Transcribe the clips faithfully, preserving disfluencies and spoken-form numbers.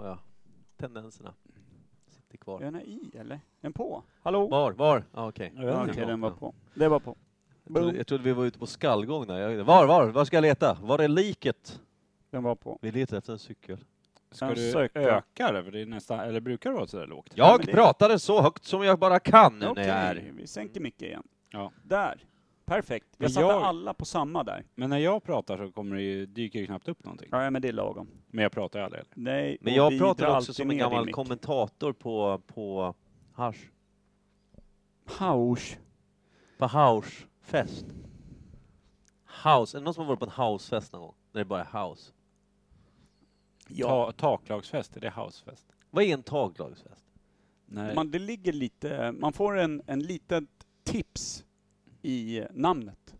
har jag tendenserna. Sitter kvar. Är den i eller? En på? Hallå? Var, var? Ah, okej. Okay. Ja, okay, den var på. Det var på. Jag trodde, jag trodde vi var ute på skallgång där. Jag, var, var? Var ska jag leta? Var är liket? Den var på. Vi letar efter en cykel. Ska Den du söka. öka det? För det är nästan, eller brukar det vara så där lågt? Jag det... pratade så högt som jag bara kan nu okay, när jag är. Vi sänker mycket igen. Ja. Där. Perfekt. Jag Men satte jag... alla på samma där. Men när jag pratar så kommer det ju, dyker det knappt upp någonting. Ja, men det är lagom. Men jag pratar ju aldrig. Nej. Men jag pratar också som en gammal kommentator på, på Hasch. Haus. På Hausfest. House. Är det någon som har varit på en housefest någon gång? När det bara är house. Ja. Ta, taklagsfest, är det housefest? Vad är en taklagsfest? Nej. Man, det ligger lite, man får en, en liten tips i namnet.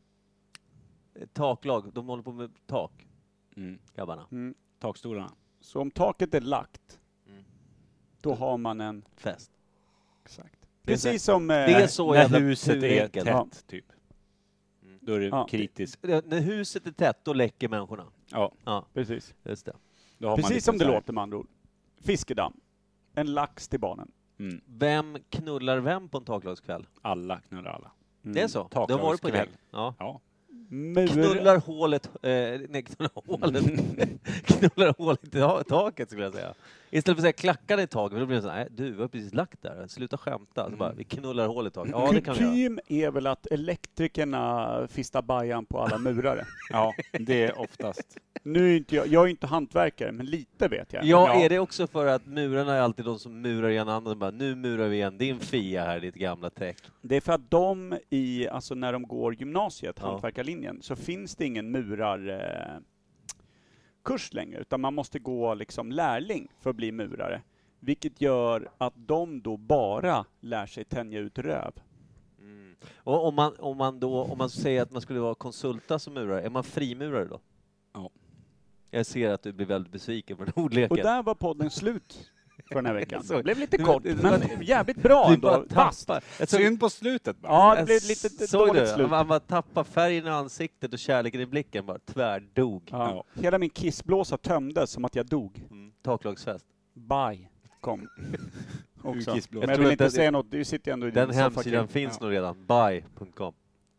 Taklag, de håller på med tak. Mm. Grabbarna. Mm. Takstolarna. Så om taket är lagt, Mm. då har man en... Fest. Exakt. Det är Precis så, som... det är så när jävla huset är tätt, ja. typ. Då är det ja. kritiskt. När huset är tätt, då läcker människorna. Ja, Ja, Precis. just det. då har man Precis lite som det så här- låter med andra ord. Fiskedamm. En lax till barnen. Mm. Vem knullar vem på en taklagskväll? Alla knullar alla. Mm. Det är så? Du har varit på det? Taklagskväll. Ja. Ja. Mur. Knullar hålet, eh, nej knullar hålet, knullar hålet i ta- taket skulle jag säga. Istället för att säga klackade i taket, för då blir det så här, nej du var precis lagt där, sluta skämta. Så bara, vi knullar hålet i taket. Ja, det kan vi göra. Kutym är väl att elektrikerna fistar bajan på alla murare. Ja, det är oftast. Nu är inte jag, jag är inte hantverkare, men lite vet jag. Ja, Ja. är det också för att murarna är alltid de som murar igen andra? Bara, nu murar vi igen din Fia här, ditt gamla täck. Det är för att de i, alltså när de går gymnasiet, Ja. hantverkarlinjen, så finns det ingen murar eh, kurs längre, utan man måste gå liksom lärling för att bli murare. Vilket gör att de då bara lär sig tänja ut röv. Mm. Och om man, om man då, om man säger att man skulle vara konsulta som murare, är man frimurare då? Ja. Jag ser att du blir väldigt besviken på den ordleken. Och där var podden slut för den här veckan. Så- Det blev lite du- kort, du- men jävligt bra Du ändå. bara Vasst. tappar. Jag såg, Synd på slutet. bara. Ja, det jag blev lite såg dåligt du? slut. Man bara tappar färgen i ansiktet och kärleken i blicken, bara tvärdog. Ja. Hela min kissblåsa tömdes som att jag dog. Mm. Taklagsfest. Bye kom. Också. kissblåsa. Men Jag jag tror vill att inte det- säga något, du sitter ju ändå i Den din soffa, hemsidan Kim. finns Ja. nog redan. buy punkt com.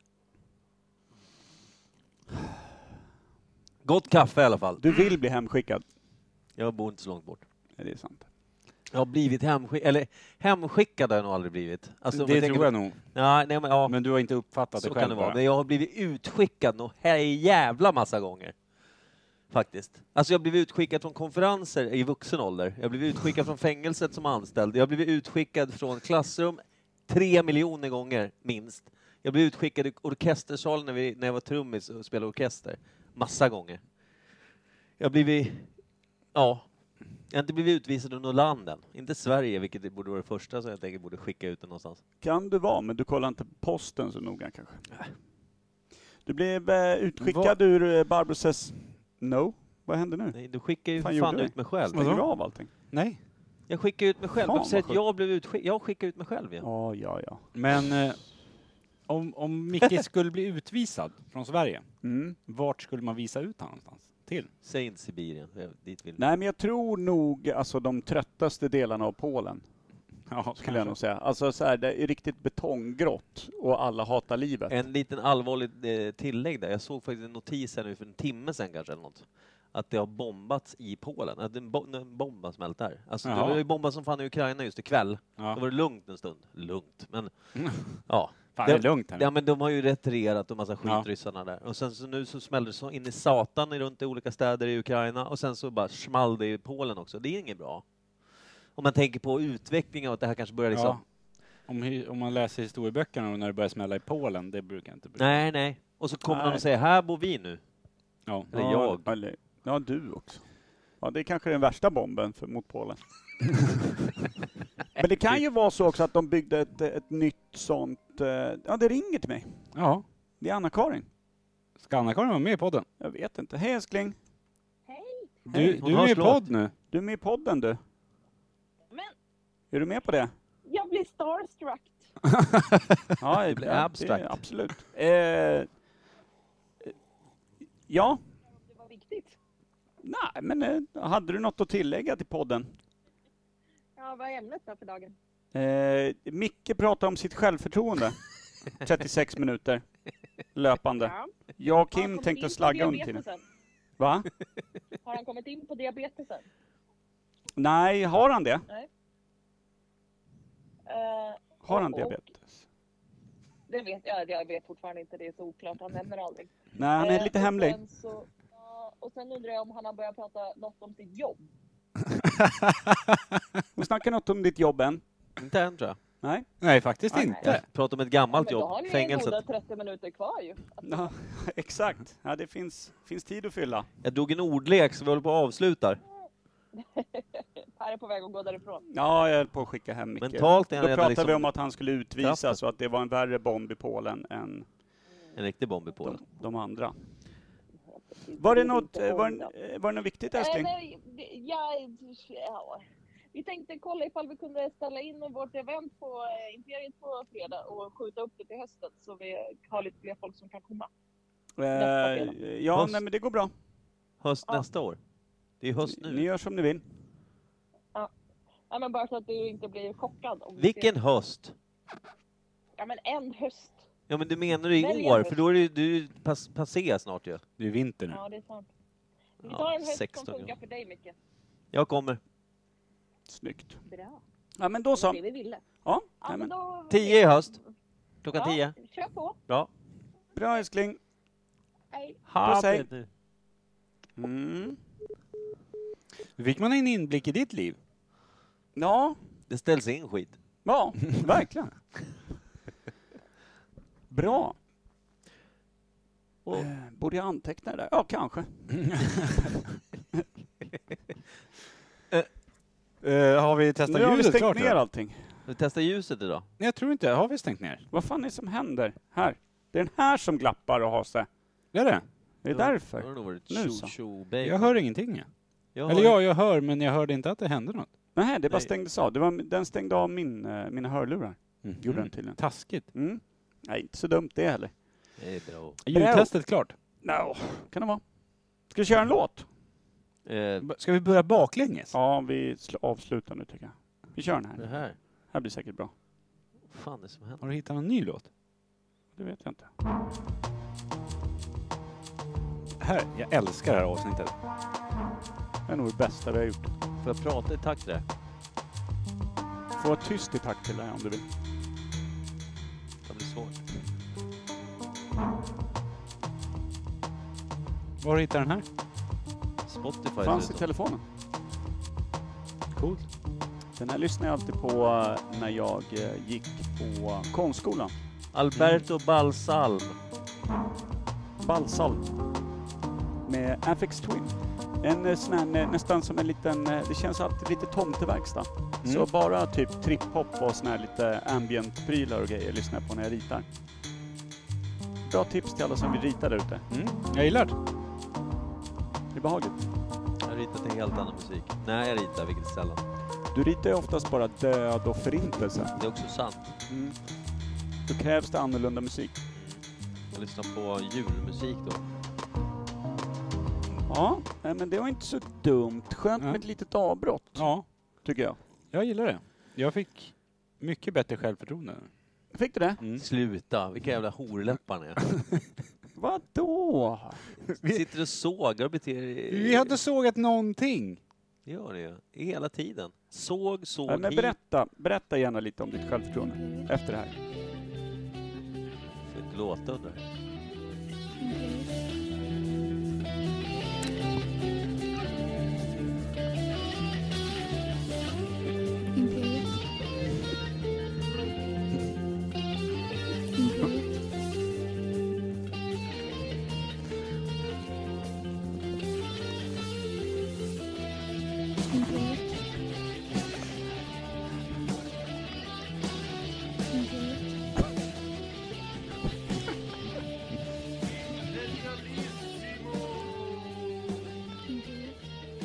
Gott kaffe i alla fall. Du vill bli hemskickad. Jag bor inte så långt bort. Ja, det är sant. Jag har blivit hemskickad, eller hemskickad har jag nog aldrig blivit. Alltså, om det jag tänker tror jag på- nog. Ja, nej, men, ja, Men du har inte uppfattat så det kan själv det vara. bara. Men jag har blivit utskickad nog här jävla massa gånger. Faktiskt. Alltså jag har blivit utskickad från konferenser i vuxen ålder. Jag har blivit utskickad från fängelset som anställd. Jag har blivit utskickad från klassrum tre miljoner gånger minst. Jag blev utskickad i orkestersalen när, vi, när jag var trummis och spelade orkester. Massa gånger. Jag har blivit... Ja. Jag har inte blivit utvisad ur något land än. Inte Sverige, vilket det borde vara det första som jag tänker borde skicka ut den någonstans. Kan du vara, men du kollar inte posten så noga kanske. Du blev eh, utskickad Vad- ur eh, Barbro says no. Vad händer nu? Nej, du skickar ju Fan, för fan gjorde ut mig själv. Stänger du av allting? Nej. Jag skickar ut mig själv. Fan, Varför säger vad att jag blev utskickad? Jag skickar ut mig själv. Ja. Ja, ja, ja. Men eh, om, om Micke skulle bli utvisad från Sverige, Mm. vart skulle man visa ut honom någonstans? Till? Säg inte Sibirien. Jag- Dit vill. Nej, men jag tror nog alltså de tröttaste delarna av Polen, Ja, skulle jag nog säga. Alltså så här, det är riktigt betonggrått och alla hatar livet. En liten allvarlig eh, tillägg där. Jag såg faktiskt en notis här nu för en timme sedan kanske eller något. Att det har bombats i Polen. Att en, bo- en bomb har smält där. Alltså det Jaha. var ju bombat som fan i Ukraina just ikväll. Ja. Då var det lugnt en stund. Lugnt, men ja. Fan, det är lugnt här nu. Ja, men de har ju retirerat och massa Ja. skitryssarna där. Och sen så nu så smällde det så in i satan runt i olika städer i Ukraina. Och sen så bara small det i Polen också. Det är inget bra. Om man tänker på utvecklingen och att det här kanske börjar liksom... Ja. Om, hy- om man läser historieböckerna och när det börjar smälla i Polen, det brukar inte bli. Nej, nej. Och så kommer Nej. någon och säger, här bor vi nu. Ja. Eller ja, jag. Eller, ja, du också. Ja, det är kanske den värsta bomben för, mot Polen. Men det kan ju vara så också att de byggde ett, ett nytt sånt... eh, Ja, det ringer till mig. Ja. Det är Anna-Karin. Ska Anna-Karin vara med i podden? Jag vet inte. Hej älskling. Du, Hej. Hon du är har med i slått. podd nu. Du är med i podden du. Men Är du med på det? jag blir starstruck. Ja, Det blir ja, abstrakt. Det, absolut. Eh, ja, Det var viktigt. Nej, men eh, hade du något att tillägga till podden? Ja, vad är ämnet då för dagen? Eh, Micke pratar om sitt självförtroende. trettiosex minuter. Löpande. Ja. Jag och Har han Kim kommit tänkte in på slagga under tiden. diabetesen? Va? Har han kommit in på diabetesen? Nej, har han det? Eh, Har han och- diabetes? Det vet jag, jag vet fortfarande inte, det är så oklart, han nämner aldrig. Nej, han är Eh, lite och hemlig. Sen så, ja, och sen undrar jag om han har börjat prata något om sitt jobb. Vi snackar något om ditt jobb än? Inte än tror jag. Nej? Nej, faktiskt Nej. inte. Jag pratar om ett gammalt Ja, men då jobb, har ni fängelset. goda trettio minuter kvar ju. Ja, exakt. Ja, det finns, finns tid att fylla. Jag drog en ordlek så vi håller på att avsluta. Per är på väg att gå därifrån. Ja, jag höll på att skicka hem Micke. Mentalt är han Då redan pratade liksom vi om att han skulle utvisas trappet. och att det var en värre bomb i Polen än en riktig bomb i Polen. de, de andra. Var det något, eh, var, det- var det något viktigt, Eh, älskling? nej, det- ja, ja. Vi tänkte kolla ifall vi kunde ställa in vårt event på eh, Imperiet på fredag och skjuta upp det till hösten så vi har lite fler folk som kan komma. Eh, fredag. ja, Höst. nej, men det går bra. Höst Ja. nästa år. Det är höst Ni nu. gör som ni vill. Ja, men bara så att du inte blir chockad. Om du Vilken ser- höst? Ja, men en höst. Ja men du menar i Välj en år, höst. för då är det ju du är ju pass, passé snart ju. Det är vinter nu. Ja, det är sant. Vi Ja, tar en höst sexton som funkar gånger. för dig, Micke. Jag kommer. Snyggt. Bra. Ja, men då Det så. var det vi ville. Ja, Ja, nej, men men. då... Tio i höst. Klockan Ja, tio. kör på. Bra. Bra, älskling. Hej. Ha, Puss, hej. Peter. Mm. Fick man en inblick i ditt liv? Ja, Det ställs in skit. ja, verkligen. Bra. Och, Eh, borde jag anteckna det där? Ja, kanske. Uh, har vi testat Nu har vi ljudet stängt klart? ner då? allting. vi testar ljuset idag. Nej, jag tror inte. Har vi stängt ner? Vad fan är det som händer? Här. Det är den här som glappar och har sig. Är det? Det är Det har därför. nog varit Nu tjo så. tjo bacon. Jag hör ingenting. Ja. Jag Eller hör- ja, jag hör, men jag hörde inte att det hände något. Nej, det bara Nej. stängdes av. Det var, den stängde av min, eh, mina hörlurar. Mhm. Gjorde den tydligen. Taskigt. Mm. Nej, inte så dumt det heller. Det är bra. Ljudtestet klart. No, kan det vara. Ska vi köra en låt? Eh, B- Ska vi börja baklänges? Ja, vi sl- avslutar nu tycker jag. Vi kör den det här. här. här blir säkert bra. Vad fan är det som händer? Har du hittat någon ny låt? Det vet jag inte. Här, jag älskar det här avsnittet. Det är nog det bästa vi har gjort. Får jag prata i takt till det här? Får vara tyst i takt till det här om du vill. Det kan bli svårt. Var har du hittat den här? Spotify Fanns i dessutom. telefonen. Coolt. Den här lyssnar jag alltid på eh, när jag eh, gick på konstskolan. Alberto Balsalm. Balsal. Med Afex Twin. En eh, sån här, eh, nästan som en liten, eh, det känns alltid lite tomteverkstad. Mm. Så bara typ trip-hop och sån här lite ambient-prylar och grejer lyssnar jag på när jag ritar. Bra tips till alla som vill rita där ute. Mm. Jag gillar det. Det är behagligt. Jag har ritat en helt annan musik. Nej, jag ritar, vilket är sällan. Du ritar ju oftast bara död och förintelse. Det är också sant. Mm. Då krävs det annorlunda musik. Jag lyssnar på julmusik då. Ja, nej, men det var inte så dumt. Skönt Nej. med ett litet avbrott, Ja, tycker jag. jag gillar det. Jag fick mycket bättre självförtroende. Fick du det? Mm. Sluta, vilka jävla horläppar ni är. Vadå? Sitter och sågar och beter er. Vi hade sågat någonting. Det gör ni ju. Hela tiden. Såg, såg, Nej, men hit. berätta, berätta gärna lite om ditt självförtroende efter det här. Får inte låta under. Imperiet. Imperiet. Imperiet. Imperiet. Imperiet.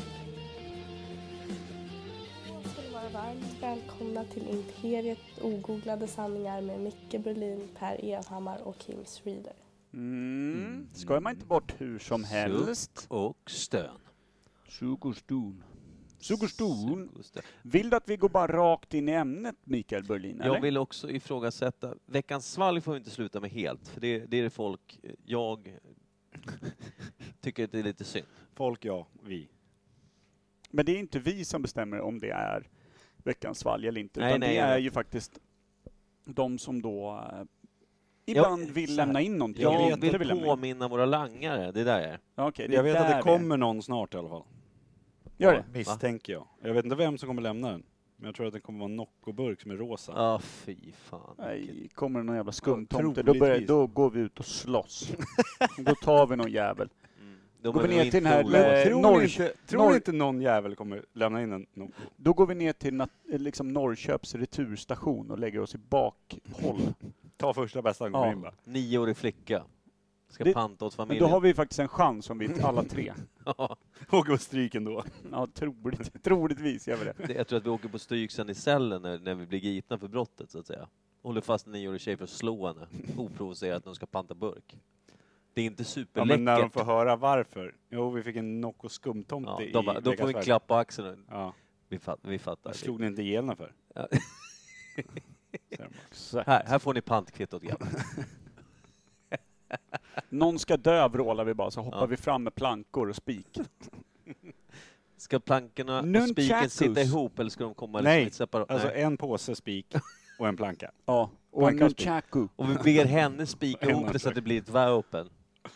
Ska ni vara varmt välkomna till Imperiet ogooglade sanningar med Micke Berlin, Per Evhammar och Kim Reader. Mm. Skojar man inte bort hur som helst. Och stön. Sugostun. Sugostun. Just det. Vill du att vi går bara rakt in i ämnet, Mikael Berlin? Eller? Jag vill också ifrågasätta, veckans svalg får vi inte sluta med helt, för det, det är det folk, jag tycker att det är lite synd. Folk, ja. Vi. Men det är inte vi som bestämmer om det är veckans svalg eller inte. Nej, Utan nej, det jag är vet. ju faktiskt de som då eh, ibland Jag- vill så här, lämna in någonting. Jag eller vet, inte vill vill lämna in. påminna våra langare, det är där jag är. Ja, okej, det Jag är vet att där det vi är. kommer någon snart i alla fall. Gör det? Misstänker jag. Jag vet inte vem som kommer lämna den. Men jag tror att det kommer vara en Nocco-burk som är rosa. Ja, ah, fy fan. Nej, kommer det någon jävla skumtomte, troligtvis. då, börjar, då går vi ut och slåss. Då tar vi någon jävel. Mm. De Går är vi nog ner till inte den här, oroliga. eh, tror Norr- ni inte, tror Norr- ni inte någon jävel kommer lämna in en Nocco? Då går vi ner till nat- eh, liksom Norrköps returstation och lägger oss i bakhåll. Ta första bästa som kommer Ja. in bara. Nioårig flicka. Ska Det- panta åt Men familjen. då har vi faktiskt en chans om vi alla tre. Åker på stryk ändå. Ja, troligt, troligtvis gör vi det. Det- Jag tror att vi åker på stryk sen i cellen när, när vi blir gripna för brottet, så att säga. Håller fast en nioårig tjej för att slå henne, oprovocerat, när de ska panta burk. Det är inte Ja, superläckert. men när de får höra varför. Jo, vi fick en Nocco skumtomte Ja, i de bara, då får vi Vegas en värld. klapp på axeln. och Ja, Vi, fatt, vi fattar. vad slog ni inte ihjäl för? Ja. Säger de bara. Så. Här, här får ni pantkvittot, grabbar. Någon ska dö, vrålar vi bara, så hoppar Ja. vi fram med plankor och spik. Ska plankorna och Nunchakus. spiken sitta ihop, eller ska de komma Nej, liksom separat? Alltså Nej. en påse spik och en planka. Ja, och en Plankor och spik. nunchaku. Och vi ber henne spika En ihop det så alltså. att det blir ett vapen.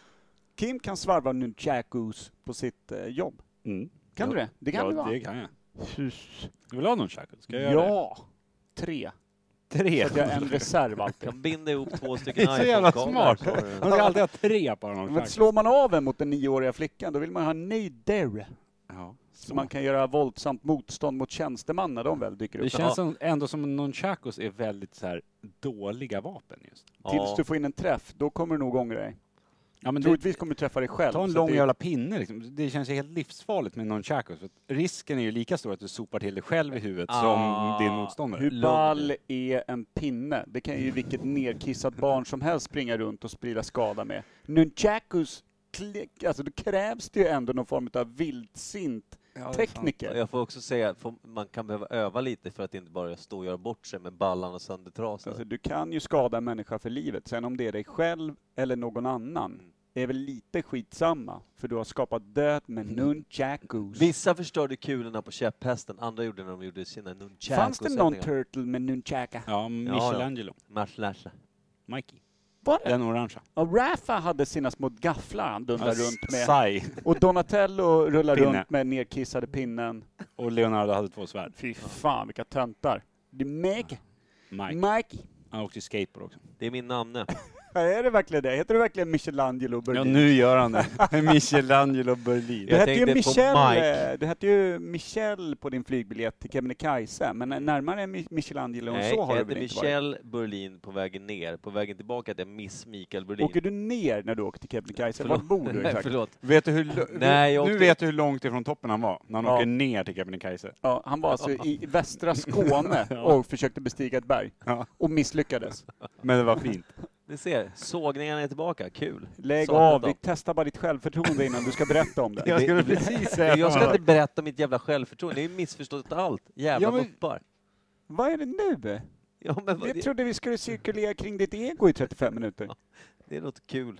Kim kan svarva nunchakus på sitt eh, jobb. Mm. Kan ja. du det? Det kan ja, du va? det kan jag. Hus. Du vill ha någon chakus? Ska jag göra det? Ja! Tre. Tre. Så att jag har en reserv alltid. Kan binda ihop två stycken Det är så jävla iPhone-kablar, smart. så har du- Man ska alltid ha tre på någon Men chakus. slår man av en mot den nioåriga flickan, då vill man ha nejder. Ja. Så man kan göra våldsamt motstånd mot tjänstemän när de väl dyker Det upp. känns som, ändå som nunchakus är väldigt så här dåliga vapen just. Tills Ja. du får in en träff, då kommer du nog ångra dig. Ja, men det, Troligtvis kommer du träffa dig själv. ta en så lång att det- jävla pinne liksom. Det känns ju helt livsfarligt med nunchakus. För att risken är ju lika stor att du sopar till dig själv i huvudet Ah. som din motståndare. Hur Lugn. ball är en pinne? Det kan ju vilket nerkissat barn som helst springa runt och sprida skada med. Nunchakus, kli- alltså det krävs det ju ändå någon form av vildsint tekniker. Jag får också säga att får- man kan behöva öva lite för att inte bara stå och göra bort sig med ballan och söndertrasade. Alltså, du kan ju skada en människa för livet. Sen om det är dig själv eller någon annan är väl lite skitsamma. För du har skapat död med nunchakus. Vissa förstörde kulorna på käpphästen, andra gjorde när de gjorde sina nunchakus. Fanns det någon turtle med nunchaka? Ja, Michelangelo. Marslasha. Mikey. Var det? Den orangea. Och Rafa hade sina små gafflar han dundrade runt med. Sai. Och Donatello rullar Pinne. runt med nerkissade pinnen. Och Leonardo hade två svärd. Fy fan vilka töntar. Det är Meg. Mike. Mike. Han åkte skateboard också. Det är min namne. Ja, är det verkligen det? Heter du verkligen Michelangelo Ja, Berlin? nu gör han det. Michelangelo Berlin. Det Jag hette ju tänkte på Michel, Mike. eh, det hette ju Michel på din flygbiljett till Kebnekaise, men närmare Mi- Michelangelo än Nej, så har jag du heter väl inte varit? Michel Berlin på vägen ner. På vägen tillbaka heter jag Miss Mikael Berlin. Åker du ner när du åker till Kebnekaise? Förlåt. Var bor du Nej, exakt? förlåt. Vet du hur, lo- Nej, jag nu åkte- vet du hur långt ifrån toppen han var. När han Ja. åker ner till Kebnekaise. Ja, han var alltså i västra Skåne Ja. och försökte bestiga ett berg. Ja. Och misslyckades. Men det var fint. Ni ser, sågningarna är tillbaka. Kul. Lägg Saknat av, dem. vi testar bara ditt självförtroende innan du ska berätta om det. Jag skulle Det- precis säga Jag ska samma. inte berätta mitt jävla självförtroende. Ni har ju missförstått allt. Jävla Ja, men- muppar. Vad är det nu? Ja, men vad- Vi det, trodde vi skulle cirkulera kring ditt ego i trettiofem minuter. det låter kul.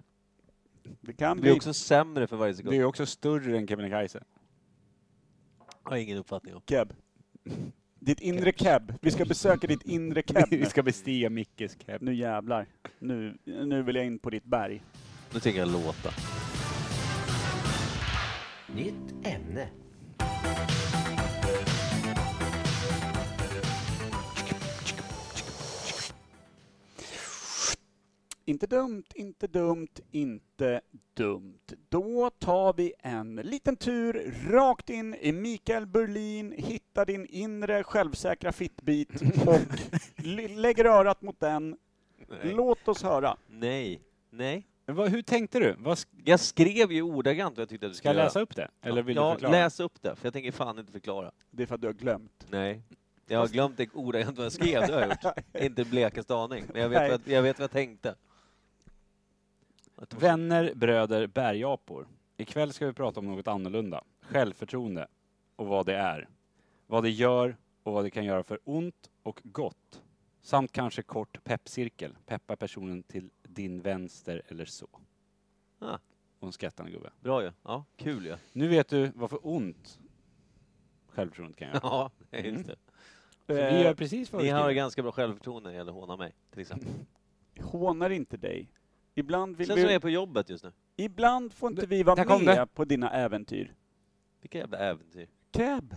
Det kan Det blir bli... också sämre för varje Det sekund. är ju också större än Kebnekaise. Jag har ingen uppfattning om. Keb. Ditt inre keb. Vi ska besöka ditt inre keb nu. Vi ska bestiga Mickes keb. Nu jävlar. Nu, nu vill jag in på ditt berg. Nu tänker jag låta. Nytt ämne. Inte dumt, inte dumt, inte dumt. Då tar vi en liten tur rakt in i Mikael Berlin, hittar din inre självsäkra fittbit och l- lägger örat mot den. Nej. Låt oss höra. Nej. Nej. Vad, hur tänkte du? Vad, sk- Jag skrev ju ordagrant vad jag tyckte att du ska jag skulle läsa göra. upp det? Eller vill ja, du förklara? läs upp det. För jag tänker fan inte förklara. Det är för att du har glömt. Nej. Jag har glömt det ordagrant vad jag skrev, det har jag gjort. Inte blekaste aning. Men jag vet, Nej. vad, jag vet vad jag tänkte. Att- Vänner, bröder, bergapor. Ikväll ska vi prata om något annorlunda. självförtroende och vad det är. Vad det gör och vad det kan göra för ont och gott. Samt kanske kort peppcirkel. Peppa personen till din vänster eller så. Ah. Och en skrattande gubbe. Bra ju. Ja, kul ju. Nu vet du vad för ont självförtroendet kan göra. Ja, just det. Så vi gör precis vad vi Ni har skriver. ganska bra självförtroende när det gäller att håna mig, till exempel. Hånar inte dig. Ibland vill Sen som jag vi... är på jobbet just nu. Ibland får inte vi vara Där kom med det. på dina äventyr. Vilka jävla äventyr. Cab.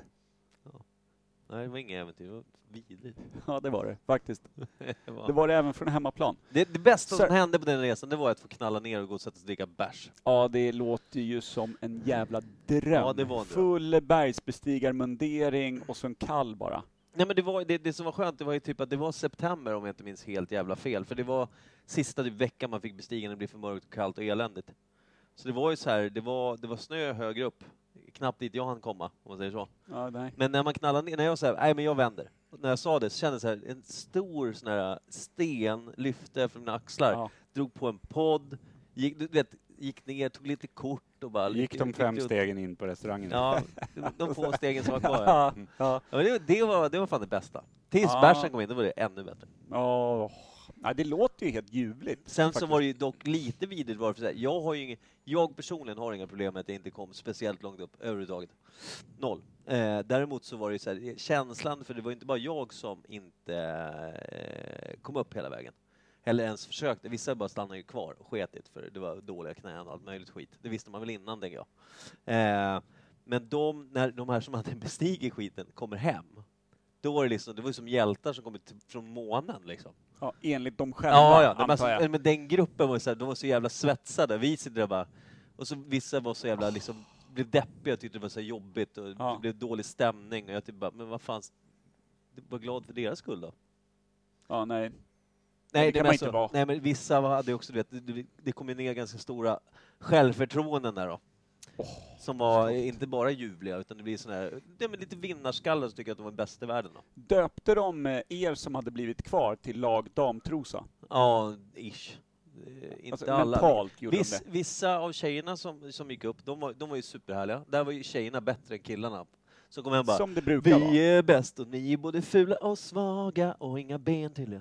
Nej, det var inga äventyr. Det var vidrigt. Ja, det var det faktiskt. Det, var... Det var det även från hemmaplan. det, det bästa Så- som hände på den resan, det var att få knalla ner och gå och sätta sig och dricka bärs. Ja, det låter ju som en jävla dröm. Ja, det var en dröm. Full bergsbestigarmundering och så en kall bara. Nej, men det, var, det, det som var skönt, det var ju typ att det var september om jag inte minns helt jävla fel. För det var sista typ veckan man fick bestiga när det blev för mörkt och kallt och eländigt. Så det var ju så här, det var, det var snö högre upp. Knappt dit jag hann komma, om man säger så. Ja, nej. Men när man knallade ner, när jag sa nej men jag vänder. Och när jag sa det så kände jag så här, en stor sån här sten lyfte från mina axlar. Ja. Drog på en podd, gick, du vet, gick ner, tog lite kort och bara... Gick de gick fem ut. stegen in på restaurangen? Ja, de få stegen som var kvar. Ja. Ja, ja. Ja, men det, det, var, det var fan det bästa. Tills Ja. bärsen kom in, då var det ännu bättre. Åh. Nej, det låter ju helt ljuvligt. Sen så faktiskt. var det ju dock lite vidrigt varför så här, jag har ju ingen, jag personligen har inga problem med att jag inte kom speciellt långt upp överhuvudtaget. Noll. Eh, däremot så var det ju så här, känslan, för det var inte bara jag som inte eh, kom upp hela vägen. Eller ens försökte. Vissa bara stannade ju kvar och sketit för det var dåliga knän och allt möjligt skit. Det visste man väl innan, tänker jag. Eh, men de, när de här som hade bestigit skiten kommer hem, då var det liksom, det var ju som hjältar som kom ut från månen liksom. Ja, enligt dem själva, Ja, ja. De antar alltså, jag. men den gruppen var så här, de var så jävla svetsade. Vi sitter där bara, och så vissa var så jävla liksom, blev deppiga och tyckte det var så jobbigt och Ja. det blev dålig stämning och jag typ bara, men vad fan, var glad för deras skull då. Ja, nej. Nej, det kan men man alltså, inte vara. Nej, men vissa hade också, du vet, det, det kom ju ner ganska stora självförtroenden där då. Som var inte bara ljuvliga, utan det blir sån här, det med lite vinnarskallar som tycker att de var bäst i världen då. Döpte de eh, er som hade blivit kvar till lag damtrosa? Ja, ish. Eh, Inte Alltså, alla. mentalt gjorde Viss, de det. vissa av tjejerna som, som gick upp, de var, de var ju superhärliga. Där var ju tjejerna bättre än killarna. Så kom jag bara, Som det brukar vara. vi är bäst och ni är både fula och svaga och inga ben tydligen.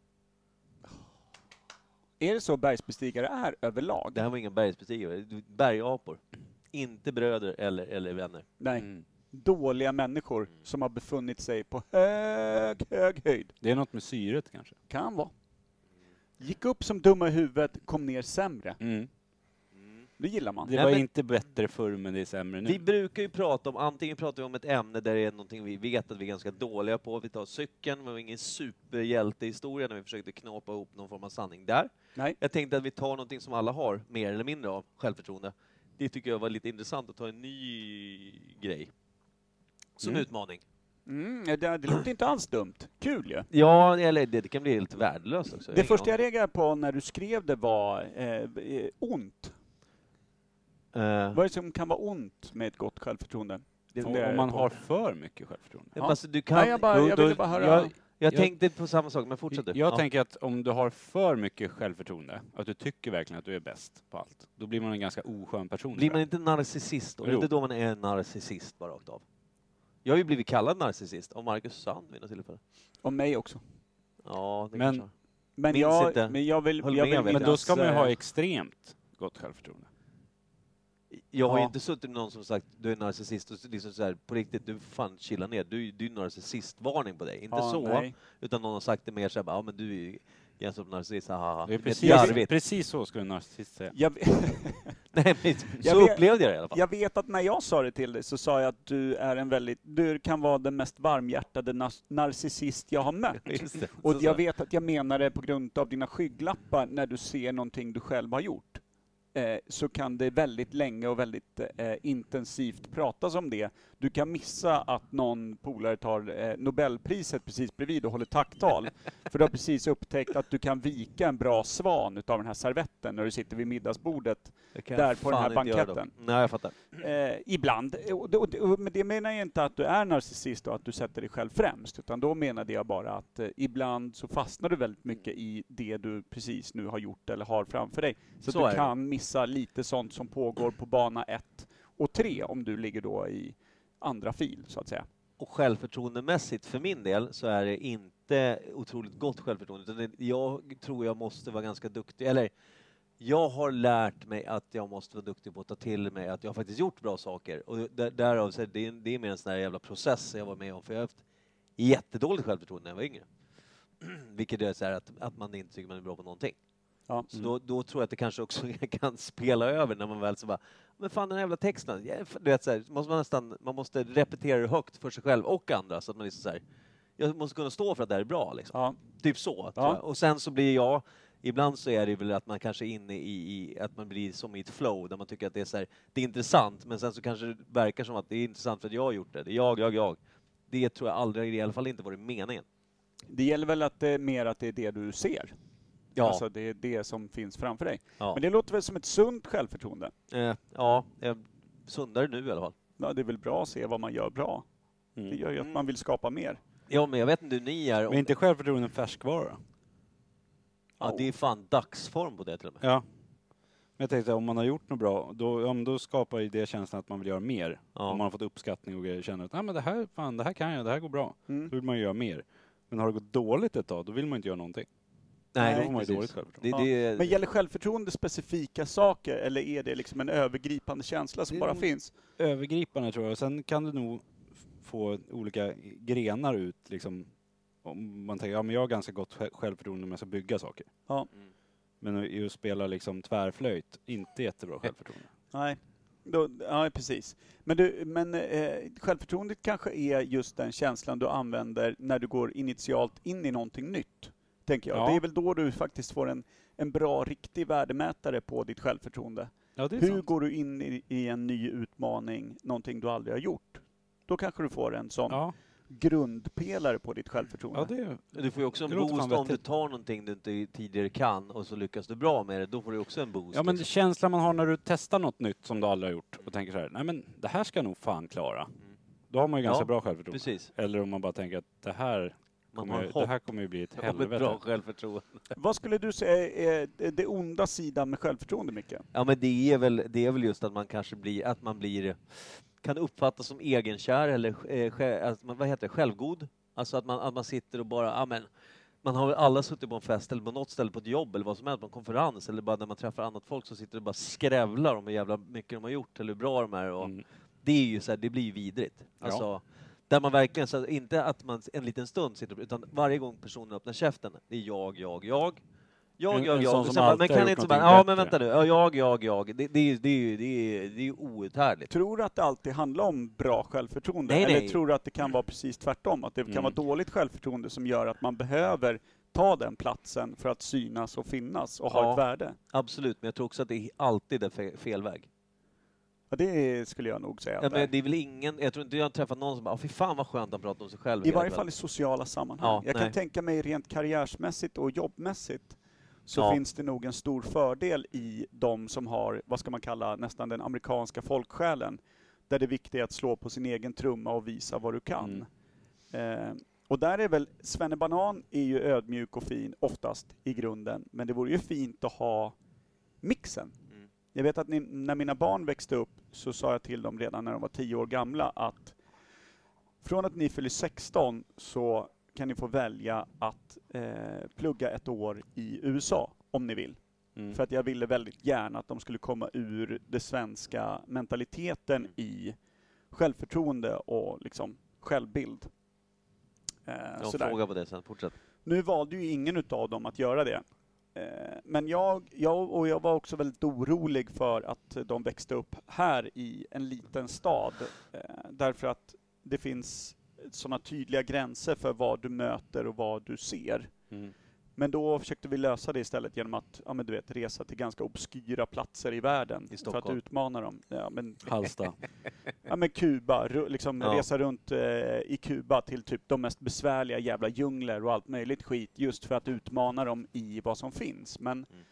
Är det så bergsbestigare är överlag? Det här var inga bergsbestigare, det var bergapor. Inte bröder eller, eller vänner. Nej. Mm. Dåliga människor som har befunnit sig på hög, hög höjd. Det är något med syret kanske. Kan vara. Gick upp som dumma i huvudet, kom ner sämre. Mm. Det gillar man. Det Nej, var men- inte bättre förr, men det är sämre nu. Vi brukar ju prata om, antingen pratar vi om ett ämne där det är någonting vi vet att vi är ganska dåliga på. Vi tar cykeln, men vi var ingen superhjältehistoria när vi försökte knåpa ihop någon form av sanning där. Nej. Jag tänkte att vi tar någonting som alla har, mer eller mindre av, självförtroende. Det tycker jag var lite intressant att ta en ny grej. Som Mm. utmaning. Mm, det, det låter inte alls dumt. Kul ju. Ja, eller det, det kan bli lite värdelöst också. Det första jag reagerade på när du skrev det var eh, eh, ont. Uh, Vad är det som kan vara ont med ett gott självförtroende? det, Om funderar om jag man på. har för mycket självförtroende. men Ja. alltså, du kan, Nej, jag, bara, Då- jag då- ville bara höra. jag- jag, jag- tänkte på samma sak, men fortsätt du. Jag Ja. tänker att om du har för mycket självförtroende, att du tycker verkligen att du är bäst på allt, då blir man en ganska oskön person. Blir tror man jag. inte narcissist då? Är det Jo. inte då man är en narcissist bara rakt av? Jag har ju blivit kallad narcissist av Marcus Sand vid något tillfälle. Och mig också. Ja, det Men- kanske. Men Minns jag, inte. men jag vill, Höll jag med, vill vet Men minnas, då ska man ju eh, ha extremt gott självförtroende. Jag har ju Ja. inte suttit med någon som sagt du är narcissist och liksom så här, på riktigt, du får fan chilla ner. Du, du är narcissistvarning på dig. Inte ja, så, nej. utan någon har sagt det mer så här, ja men du är ju ganska som narcissist, haha. Det är Vet, precis, garvigt. precis så skulle en narcissist säga. Jag, Nej, men Jag så vet- upplevde jag det i alla fall. jag vet att när jag sa det till dig så sa jag att du är en väldigt, du kan vara den mest varmhjärtade nar- narcissist jag har mött. Just det. Och Så jag sa vet att jag menar det på grund av dina skygglappar när du ser någonting du själv har gjort. Eh, så kan det väldigt länge och väldigt eh, intensivt pratas om det. Du kan missa att någon polare tar eh, Nobelpriset precis bredvid och håller tacktal. För du har precis upptäckt att du kan vika en bra svan utav den här servetten när du sitter vid middagsbordet. Jag kan där på den fan här inte göra banketten. dem. Nej, jag fattar. Eh, ibland. Och det, och det, och med det menar jag inte att du är narcissist och att du sätter dig själv främst, utan då menade jag bara att eh, ibland så fastnar du väldigt mycket i det du precis nu har gjort eller har framför dig. Så, Så att är du det. kan missa lite sånt som pågår på bana ett. och tre om du ligger då i andra fil så att säga. Och självförtroendemässigt för min del så är det inte otroligt gott självförtroende. Utan det, jag tror jag måste vara ganska duktig. Eller jag har lärt mig att jag måste vara duktig på att ta till mig att jag har faktiskt gjort bra saker. Och där, därav så är det, det är mer en sån här jävla process jag var med om. För jag har haft jättedåligt självförtroende när jag var yngre. Vilket är så här att, att man inte tycker man är bra på någonting. Ja. Så då, då tror jag att det kanske också kan spela över när man väl så bara, men fan den här jävla texten, du vet så här, måste man nästan, man måste repetera det högt för sig själv och andra så att man liksom så här, jag måste kunna stå för att det här är bra liksom. Ja. Typ så. Ja. Och sen så blir jag, ibland så är det väl att man kanske är inne i, i att man blir som i ett flow där man tycker att det är så här, det är intressant, men sen så kanske det verkar som att det är intressant för att jag har gjort det. Det är jag, jag, jag. Det tror jag aldrig, i alla fall inte varit meningen. Det gäller väl att det är mer att det är det du ser. Ja. Alltså det är det som finns framför dig. Ja. Men det låter väl som ett sunt självförtroende? Eh, ja, jag är sundare nu i alla fall. Ja, det är väl bra att se vad man gör bra. Mm. Det gör ju att man vill skapa mer. Ja, men jag vet inte hur ni är. Men Om, inte självförtroende en färskvara? ja, det är fan dagsform på det till och med. Ja. Men jag tänkte om man har gjort något bra, då, ja, men då skapar ju det känslan att man vill göra mer. Ja. Om man har fått uppskattning och grejer, känner att ah, men det, här, fan, det här kan jag, det här går bra. Mm. Då vill man ju göra mer. Men har det gått dåligt ett tag, då vill man inte göra någonting. Nej, då får man ju precis. dåligt självförtroende. Det, det, Men gäller självförtroende specifika saker eller är det liksom en övergripande känsla som Det är bara nog- finns? Övergripande tror jag. Sen kan du nog f- få olika grenar ut. Liksom, om man tänker, ja men jag har ganska gott sj- självförtroende om jag ska bygga saker. Ja. Mm. Men i att spela liksom tvärflöjt, inte jättebra självförtroende. Nej, då, ja precis. Men, du, men eh, självförtroendet kanske är just den känslan du använder när du går initialt in i någonting nytt. Tänker jag. Ja. Det är väl då du faktiskt får en, en bra, riktig värdemätare på ditt självförtroende. Ja, det är Hur sant. går du in i, i en ny utmaning, någonting du aldrig har gjort? Då kanske du får en sån Ja, grundpelare på ditt självförtroende. ja det är du får ju också en Det låter fan boost om du vettigt. tar någonting du inte tidigare kan och så lyckas du bra med det. Då får du också en boost. Ja, men liksom. känslan man har när du testar något nytt som du aldrig har gjort och tänker så här, nej men det här ska jag nog fan klara. Då har man ju ganska Ja, bra självförtroende. Precis. Eller om man bara tänker att det här Man kommer, har ju- hopp det här kommer ju bli ett om ett helvete. bra självförtroende. Vad skulle du säga är det onda sidan med självförtroende, Micke? Ja, men det är väl, det är väl just att man kanske blir, att man blir, kan uppfattas som egenkär eller eh, sj- att man, vad heter det, självgod. Alltså att man, att man sitter och bara, ja men, man har väl alla suttit på en fest eller på något ställe på ett jobb eller vad som helst, på en konferens eller bara när man träffar annat folk så sitter det bara skrävlar om hur jävla mycket de har gjort eller hur bra de är. Och Mm. det är ju så här, det blir ju vidrigt. Alltså, där man verkligen, så att inte att man en liten stund sitter, utan varje gång personen öppnar käften, det är jag, jag, jag. Jag, En- jag, en jag. sån Och som sen bara, alltid men har kan gjort inte så bara, någonting ja men bättre. vänta nu, ja, jag, jag, jag. Det, det, är- det är ju det är, det är ju outhärdligt. Tror du att det alltid handlar om bra självförtroende? Nej, Eller nej. tror du att det kan vara precis tvärtom? Att det kan Mm. vara dåligt självförtroende som gör att man behöver ta den platsen för att synas och finnas och ha Ja. ett värde? Absolut, men jag tror också att det är alltid är fe- fel väg. Ja, det skulle jag nog säga. Ja, Att det är. men det är väl ingen, jag tror inte jag har träffat någon som bara, "Åh, fy fan vad skönt han pratar om sig själv." I hela varje kvällen." fall i sociala sammanhang. Ja, jag kan nej. tänka mig rent karriärsmässigt och jobbmässigt så Ja. finns det nog en stor fördel i de som har, vad ska man kalla, nästan den amerikanska folksjälen. Där det viktiga är att slå på sin egen trumma och visa vad du kan. Eh, och där är väl, Svennebanan är ju ödmjuk och fin oftast i grunden. Men det vore ju fint att ha mixen. Mm. Jag vet att ni, när mina barn växte upp så sa jag till dem redan när de var tio år gamla att från att ni fyller sexton så kan ni få välja att eh, plugga ett år i U S A om ni vill. Mm. För att jag ville väldigt gärna att de skulle komma ur det svenska mentaliteten i självförtroende och liksom självbild. Eh, Jag har en sådär. fråga på det sen, fortsätt. Nu valde ju ingen utav dem att göra det. Eh, Men jag, jag, och jag var också väldigt orolig för att de växte upp här i en liten stad. Eh, Därför att det finns sådana tydliga gränser för vad du möter och vad du ser. Mm. Men då försökte vi lösa det istället genom att ja, men du vet, resa till ganska obskyra platser i världen I för att Stockholm. utmana dem. Ja, men, Halsta. ja, men Kuba, ru- liksom Ja. resa runt eh, i Kuba till typ de mest besvärliga jävla djungler och allt möjligt skit just för att utmana dem i vad som finns. Men, Mm.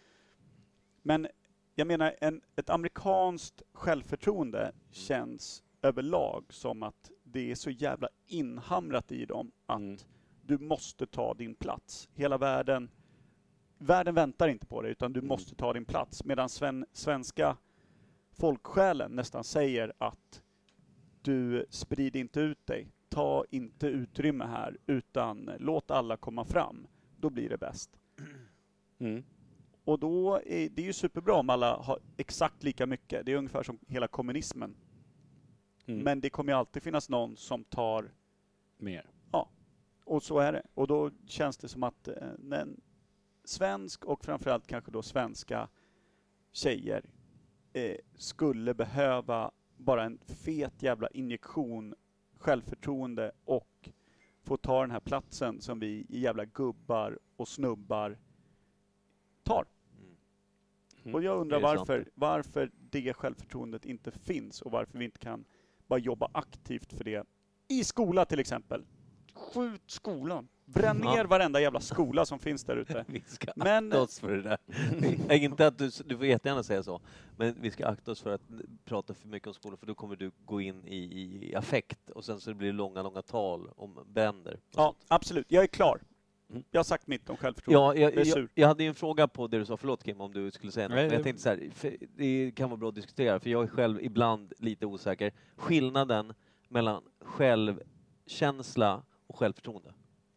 men jag menar, en, ett amerikanskt självförtroende känns överlag som att det är så jävla inhamrat i dem att Mm. du måste ta din plats. Hela världen, världen väntar inte på dig utan du Mm. måste ta din plats. Medan sven, svenska folksjälen nästan säger att du sprid inte ut dig. Ta inte utrymme här, utan låt alla komma fram. Då blir det bäst. Mm. Och då är det ju superbra om alla har exakt lika mycket. Det är ungefär som hela kommunismen. Mm. Men det kommer ju alltid finnas någon som tar... Mer. Och så är det. Och då känns det som att eh, en svensk och framförallt kanske då svenska tjejer eh, skulle behöva bara en fet jävla injektion självförtroende och få ta den här platsen som vi jävla gubbar och snubbar tar. Mm. Och jag undrar Det är varför, sant. varför det självförtroendet inte finns och varför vi inte kan bara jobba aktivt för det. I skola till exempel. Skjut skolan. Bränn ner Ja. varenda jävla skola som finns där ute. Vi ska Men akta oss för det där. Nej, inte att du, du får jättegärna säga så, men vi ska akta oss för att prata för mycket om skolan, för då kommer du gå in i, i affekt och sen så blir det långa, långa tal om bränder. och ja, sånt. absolut. Jag är klar. Mm. Jag har sagt mitt om självförtroende. Ja, jag, Jag är jag, sur. jag hade ju en fråga på det du sa, förlåt Kim om du skulle säga något, Nej, men jag det- tänkte så här, för det kan vara bra att diskutera, för jag är själv ibland lite osäker. Skillnaden mellan självkänsla och självförtroende.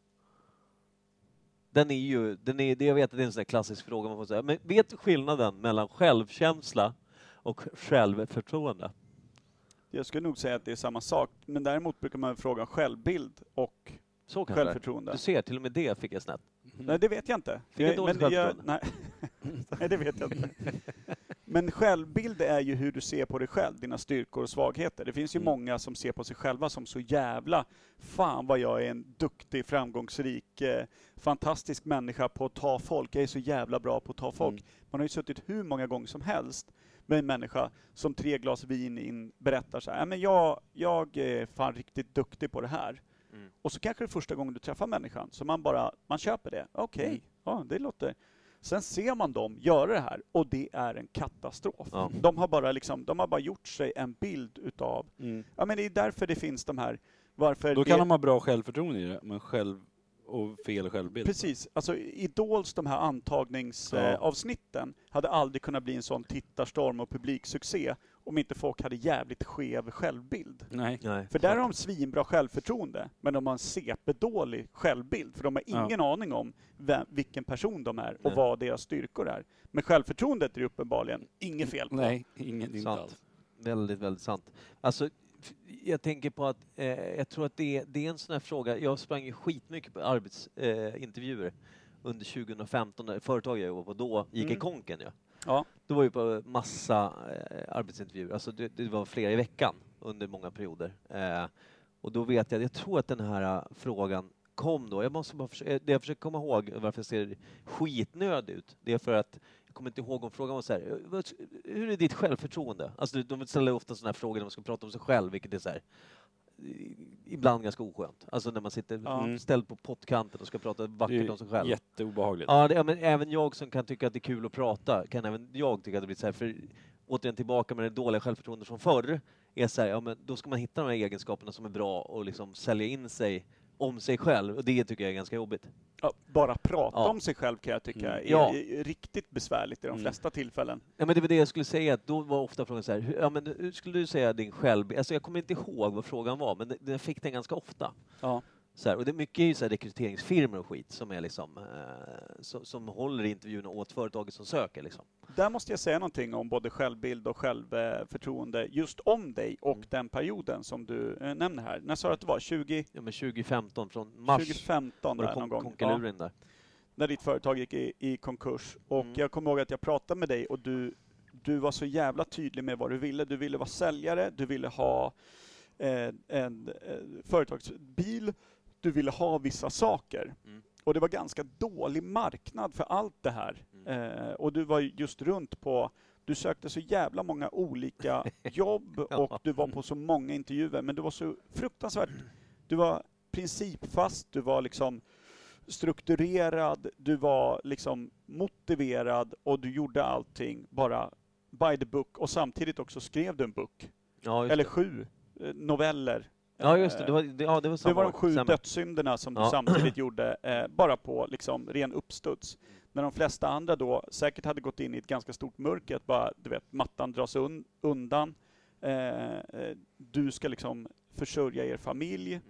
Den är ju, den är, det jag vet att det är en sån där klassisk fråga man får säga, men vet du skillnaden mellan självkänsla och självförtroende? Jag skulle nog säga att det är samma sak. Men däremot brukar man fråga självbild och Så kanske det är. självförtroende. Du ser, till och med det fick jag snett. Nej, det vet jag inte. Fick jag dåligt men jag, självförtroende? nej. nej, det vet jag inte. Men självbild är ju hur du ser på dig själv, dina styrkor och svagheter. Det finns ju Mm. många som ser på sig själva som så jävla, fan vad jag är en duktig, framgångsrik, eh, fantastisk människa på att ta folk. Jag är så jävla bra på att ta folk. Mm. Man har ju suttit hur många gånger som helst med en människa som tre glas vin in berättar så här, "Nej, men jag, jag är fan riktigt duktig på det här." Mm. Och så kanske det är första gången du träffar människan, så man bara, man köper det. Okej, Mm. ja det låter... Sen ser man dem göra det här och det är en katastrof. Ja. De har bara liksom, de har bara gjort sig en bild utav, Mm. ja men det är därför det finns de här, varför Då det, kan de ha bra självförtroende i det, men själv och fel självbild. precis, alltså Idols, de här antagningsavsnitten Ja. hade aldrig kunnat bli en sån tittarstorm och publiksuccé om inte folk hade jävligt skev självbild. Nej. Nej. För där har de svinbra självförtroende, men de har en C P-dålig självbild, för de har Ja. ingen aning om vem, vilken person de är och Nej. vad deras styrkor är. Men självförtroendet är uppenbarligen inget fel på. Nej, ingen, inte Sant. alls. Väldigt, väldigt sant. Alltså, f- jag tänker på att eh, jag tror att det är, det är en sån här fråga. Jag sprang ju skitmycket på arbetsintervjuer eh, intervjuer under tjugo femton, när företag jag jobbade på då gick i Mm. konken. Ja. Ja. Då var vi på massa eh, arbetsintervjuer. Alltså det, det var flera i veckan under många perioder. Eh, och då vet jag, jag tror att den här eh, frågan kom då. Jag måste bara försöka, det jag försöker komma ihåg varför jag ser skitnödig ut. Det är för att jag kommer inte ihåg om frågan var så här, "Vad- hur är ditt självförtroende?" Alltså de ställer ofta sådana här frågor när man ska prata om sig själv, vilket är så här i- ibland ganska oskönt. Alltså när man sitter Ja. ställd på pottkanten och ska prata Det vackert är om sig själv. jätteobehagligt. Ja, det, ja, men även jag som kan tycka att det är kul att prata, kan även jag tycka att det blir så här, för återigen tillbaka med det dåliga självförtroendet från förr, är så här, ja men då ska man hitta de här egenskaperna som är bra och liksom sälja in sig om sig själv, och det tycker jag är ganska jobbigt. Ja, bara prata Ja. om sig själv kan jag tycka Mm. är, Ja. är riktigt besvärligt i de Mm. flesta tillfällen. Ja, men det var det jag skulle säga, att då var ofta frågan så här, hur, ja, men hur skulle du säga din själv... Alltså jag kommer inte ihåg vad frågan var, men den fick den ganska ofta. Ja. Så här, och det är mycket ju så här rekryteringsfirmor och skit som är liksom, eh, som, som håller i intervjuerna åt företaget som söker liksom. Där måste jag säga någonting om både självbild och självförtroende just om dig och Mm. den perioden som du eh, nämner här. När sa du att det var? tjugo, Ja, men tjugo femton från mars tjugo femton var det där någon kon- gång. Ja, konkeluren där. när ditt företag gick i, i konkurs. Och Mm. jag kommer ihåg att jag pratade med dig och du, du var så jävla tydlig med vad du ville. Du ville vara säljare, du ville ha eh, en eh, företagsbil, du ville ha vissa saker. Mm. Och det var ganska dålig marknad för allt det här. Mm. Eh, och du var just runt på, du sökte så jävla många olika jobb Ja. och du var på så många intervjuer, men du var så fruktansvärt, du var principfast, du var liksom strukturerad, du var liksom motiverad och du gjorde allting bara by the book och samtidigt också skrev du en bok. Ja, just Eller det. sju eh, noveller Ja, just det. Det var, det, ja, det var samma Det var de år. sju Stämmer. dödssynderna som du Ja. samtidigt gjorde, eh, bara på liksom ren uppstuds. När de flesta andra då säkert hade gått in i ett ganska stort mörker, att bara, du vet, mattan dras un- undan. Eh, eh, du ska liksom försörja er familj. Mm.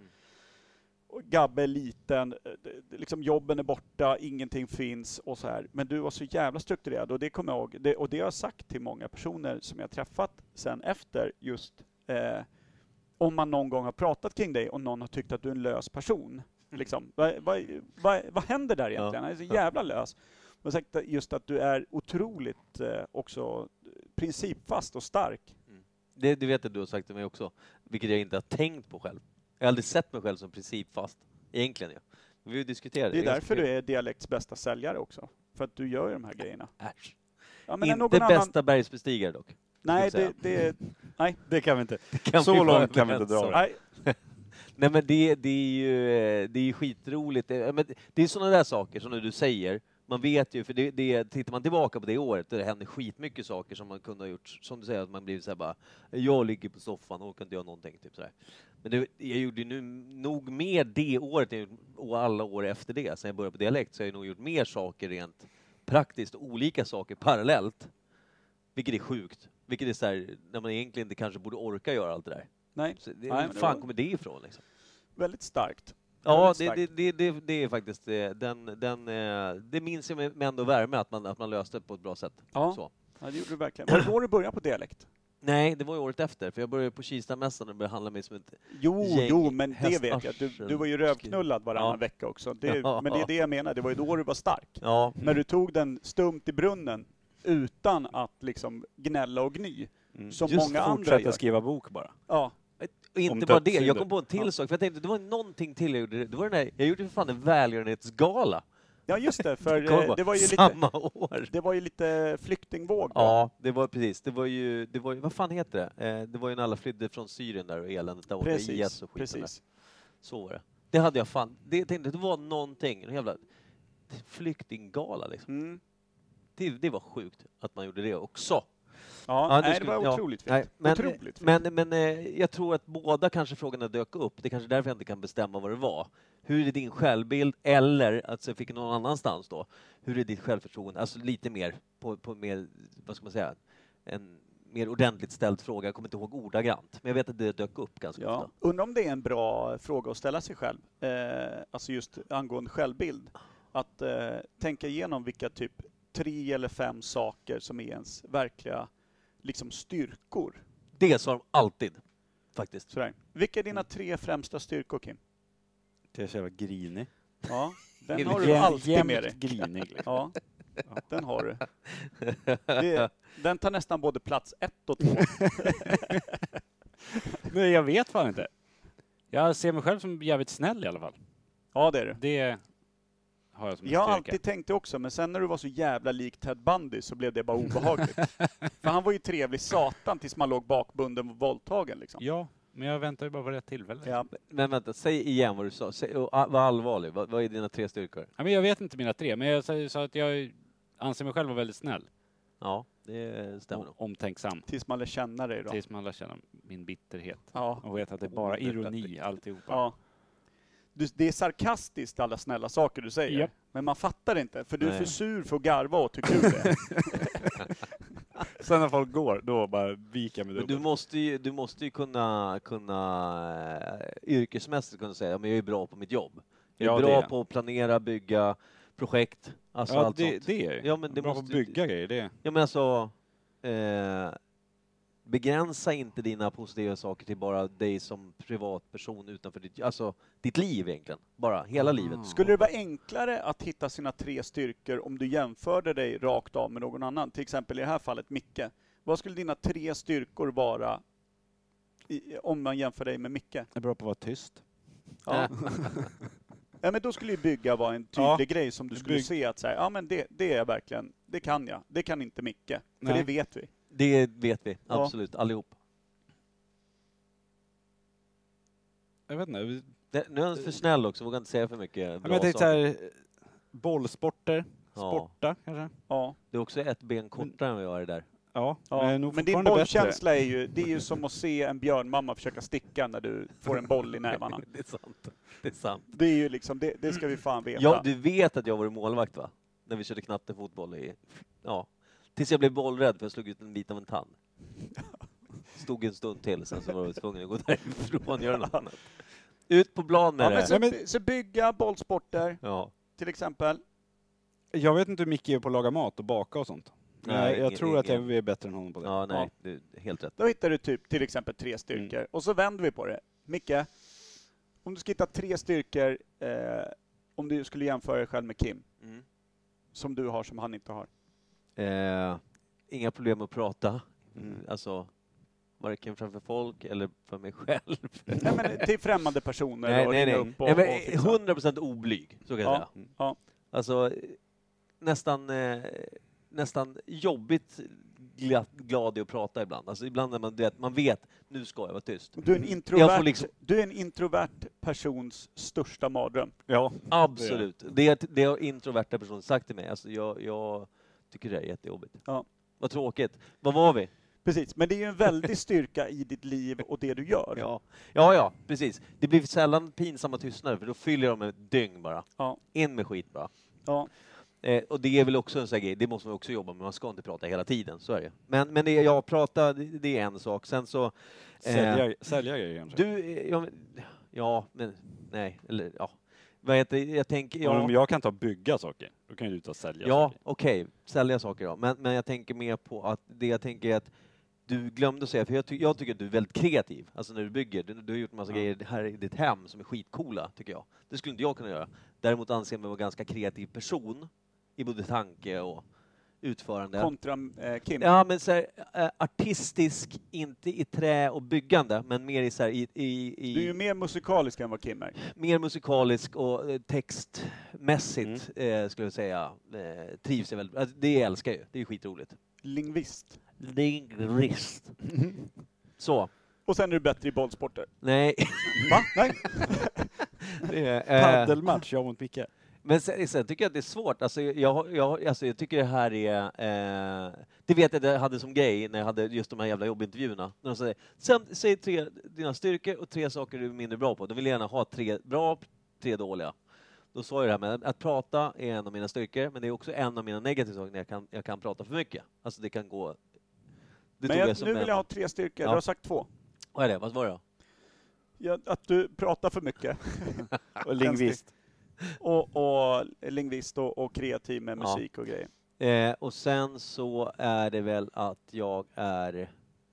Och Gabbe är liten, eh, det- liksom jobben är borta, ingenting finns och så här. Men du var så jävla strukturerad, och det kommer jag ihåg. Det, och det har jag sagt till många personer som jag träffat sen efter, just eh, om man någon gång har pratat kring dig och någon har tyckt att du är en lös person. Liksom, vad, vad, vad, vad händer där egentligen? Han är så jävla lös. Jag har sagt just att du är otroligt eh, också principfast och stark. Det, det vet jag du har sagt till mig också, vilket jag inte har tänkt på själv. Jag har aldrig sett mig själv som principfast, egentligen. Ja. Vi har ju diskuterat Det är det. därför du är Dialekts bästa säljare också. För att du gör ju de här grejerna. Äsch. Ja, men när Inte någon bästa annan... bergsbestigare dock. Nej, skulle det, jag det, Det kan vi inte. Kan Så vi vara långt kan vi inte överens dra om. det. nej, Nej men det, det är ju det är ju skitroligt. Det, men det är sådana där saker som du säger. Man vet ju, för det, det, tittar man tillbaka på det året, där det händer skitmycket saker som man kunde ha gjort. Som du säger, att man blir så här bara, jag ligger på soffan och kan inte göra någonting. Typ så här. Men det, jag gjorde nu nog mer det året och alla år efter det. Sen jag började på dialekt så har jag nog gjort mer saker rent praktiskt, olika saker parallellt. Vilket är sjukt. Vilket är så här, när man egentligen inte kanske borde orka göra allt det där. nej. Så det, Nej, var men det fan var- kommer det ifrån liksom? Väldigt starkt. Ja, Väldigt det, starkt. det, det, det, det är faktiskt eh, den, den, eh, det minns jag med, med ändå värme att man, att man löste det på ett bra sätt. Ja. Så. Ja, det gjorde du verkligen. Var det då du började på dialekt? Nej, det var ju året efter, för jag började på Kistamässan och började handla mig som ett... Jo, Gäng jo, men det vet jag. Du, hästarsel. du var ju rövknullad varannan Ja. vecka också. Det, Ja. men det är det jag menar, det var ju då du var stark. Ja, När du tog den stumt i brunnen utan att liksom gnälla och gny. Mm. Som Just många andra Fortsätta gör. skriva bok bara. Ja, och inte Om bara det, dödssynder. jag kom på en till Ja. sak, för jag tänkte, det var någonting till jag gjorde, det var den där, jag gjorde för fan en välgörenhetsgala. ja just det, för Kom eh, bara, det var ju lite, samma år. det var ju lite flyktingvåg då. Ja, det var precis, det var ju, det var ju, vad fan heter det? Eh, det var ju när alla flydde från Syrien där och eländet där och I S Precis, och skiten där. precis. Så var det. Det hade jag fan, det jag tänkte, det var någonting, en jävla flyktinggala liksom. Mm. Det, det var sjukt att man gjorde det också. Ja, Ja, du nej, det skulle- var ja, otroligt fint. Nej, men, otroligt fint. men, men eh, jag tror att båda kanske frågorna dök upp. Det är kanske därför jag inte kan bestämma vad det var. Hur är din självbild? Eller, alltså jag fick någon annanstans då. Hur är ditt självförtroende? Alltså lite mer på, på mer, vad ska man säga, en mer ordentligt ställd fråga. Jag kommer inte ihåg ordagrant. Men jag vet att det dök upp ganska Ja. ofta. Undrar om det är en bra fråga att ställa sig själv. Eh, alltså just angående självbild. Att eh, tänka igenom vilka typ tre eller fem saker som är ens verkliga liksom styrkor. Det sa de alltid, faktiskt. Sådär. Vilka är dina tre främsta styrkor, Kim? Det är så jävla grinig. Ja, den Jäm- har du alltid Jämt med dig. grinig. Liksom. Ja, den har du. Det, den tar nästan både plats ett och två. Men jag vet fan inte. Jag ser mig själv som jävligt snäll i alla fall. Ja, det är du. Det har jag som en Jag har styrka. alltid tänkt det också, men sen när du var så jävla lik Ted Bundy så blev det bara obehagligt. För han var ju trevlig satan tills man låg bakbunden och våldtagen liksom. Ja, men jag väntar ju bara på rätt tillfälle. Ja. Men vänta, säg igen vad du sa. Säg, och, ah, var allvarlig. Vad, vad är dina tre styrkor? Ja, men jag vet inte mina tre, men jag sa- sa att jag anser mig själv vara väldigt snäll. Ja, det stämmer nog. Och omtänksam. Tills man lär känna dig då. Tills man lär känna min bitterhet. Ja. Och vet att det är bara ironi alltihopa. Ja. Du, det är sarkastiskt alla snälla saker du säger. Japp. Men man fattar inte, för du är Nej. för sur för att garva och tycker du det. Sen när folk går, då bara viker jag mig Men du dubbelt. måste ju, du måste ju kunna, kunna eh, yrkesmässigt kunna säga att jag är bra på mitt jobb. Jag är Ja, det bra är. på att planera, bygga projekt, alltså Ja, allt det, sånt. det är jag. Ja, men det Bra på att måste- bygga grejer, det. Ja, men alltså, eh, begränsa inte dina positiva saker till bara dig som privatperson utanför ditt, alltså ditt liv egentligen. Bara, hela livet. Skulle det vara enklare att hitta sina tre styrkor om du jämförde dig rakt av med någon annan? Till exempel i det här fallet Micke. Vad skulle dina tre styrkor vara i, om man jämför dig med Micke? Jag är bra på att vara tyst. Ja. Ja, men då skulle ju bygga vara en tydlig Ja. grej som du skulle Bygg- se att säga, ja men det, det är verkligen, det kan jag. Det kan inte Micke. För Nej. det vet vi. Det vet vi, Ja. absolut, allihop. Jag vet inte. Det, nu är han för snäll också, vågar inte säga för mycket Ja, bra men jag tänkte saker. såhär, bollsporter, Ja. sporta kanske. Ja. Det är också ett ben kortare än vad jag är där. Ja, Ja, men, är nog men din fortfarande bättre. bollkänsla är ju, det är ju som att se en björnmamma försöka sticka när du får en boll i nävarna. Det är sant. Det är sant. Det är ju liksom, det, det ska vi fan veta. Ja, du vet att jag var målvakt, va? När vi körde knattefotboll i... Ja. Tills jag blev bollrädd för jag slog ut en bit av en tand. Stod en stund till, sen så var jag tvungen att gå därifrån och göra något annat. Ut på plan med Ja, det. men så, Nej, men- så bygga bollsporter, Ja. till exempel. Jag vet inte hur Micke är på att laga mat och baka och sånt. Men Nej, jag, jag ingen- tror att jag ingen. är bättre än honom på det. Ja, nej, du är helt rätt. Då hittar du typ till exempel tre styrkor. Mm. Och så vänder vi på det. Micke, om du ska hitta tre styrkor, eh, om du skulle jämföra dig själv med Kim, Mm. som du har som han inte har. Eh, inga problem att prata. Mm. Alltså, varken framför folk eller för mig själv. Nej, men till främmande personer nej, och nej, ringa nej. upp och, nej och men fixa. hundra procent oblyg, så kan jag Ja, säga. ja. Alltså, nästan, eh, nästan jobbigt glad, glad i att prata ibland. Alltså, ibland när man vet, man vet, nu ska jag vara tyst. Du är en Jag introvert, får liksom- du är en introvert persons största mardröm. Ja. Absolut. Det, det har introverta personer sagt till mig. Alltså, jag, jag tycker det är jättejobbigt. Ja. Vad tråkigt. Vad var vi? Precis, men det är ju en väldig styrka i ditt liv och det du gör. Ja, ja, ja, precis. Det blir sällan pinsamma tystnader, för då fyller de med ett dygn bara. Ja. In med skit bara. Ja. Eh, och det är väl också en sån här grej, det måste man också jobba med, man ska inte prata hela tiden, så är det. Men, men det, jag pratar, det, det är en sak. Sen så... Sälja, sälja grejer kanske. Du, eh, ja, men, ja, men nej, eller ja. Vad heter det? Jag tänker, Ja. Om ja, jag kan ta och bygga saker, då kan ju du ta och sälja ja saker. okej, sälja saker då. Men, men jag tänker mer på att det jag tänker är att du glömde att säga, för jag, ty jag tycker att du är väldigt kreativ, alltså när du bygger. Du, du har gjort en massa Ja. grejer här i ditt hem som är skitcoola, tycker jag. Det skulle inte jag kunna göra. Däremot anser jag mig vara en ganska kreativ person i både tanke och utförande. Kontra eh, Kim. Ja, men så här, äh, artistisk, inte i trä och byggande, men mer i, så här, i, i, i Du är ju mer musikalisk än vad Kim är. mer musikalisk och eh, textmässigt, eh, skulle jag säga, eh, trivs jag väldigt. Alltså, det älskar jag ju, det är ju skitroligt. Lingvist. Lingrist. Så, Och sen är du bättre i bollsporter. nej. Va? Nej? Det är, eh, Paddelmatch, jag mot Micke. Men sen, sen tycker jag att det är svårt. Alltså, jag, jag, alltså, jag tycker det här är... Eh, det vet jag att jag hade som grej när jag hade just de här jävla jobbintervjuerna. När de säger, sen, säg tre dina styrkor och tre saker du är mindre bra på. De vill gärna ha tre bra, tre dåliga. Då sa jag det här med att prata är en av mina styrkor, men det är också en av mina negativa saker när jag kan, jag kan prata för mycket. Alltså det kan gå... Det Men tog jag, som nu vill en- jag ha tre styrkor. Ja. Du har sagt två. Vad är det? Vad var det då? Ja, att du pratar för mycket. Och lingvist. och, och lingvist och, och kreativ med Ja. musik och grejer. Eh, och sen så är det väl att jag är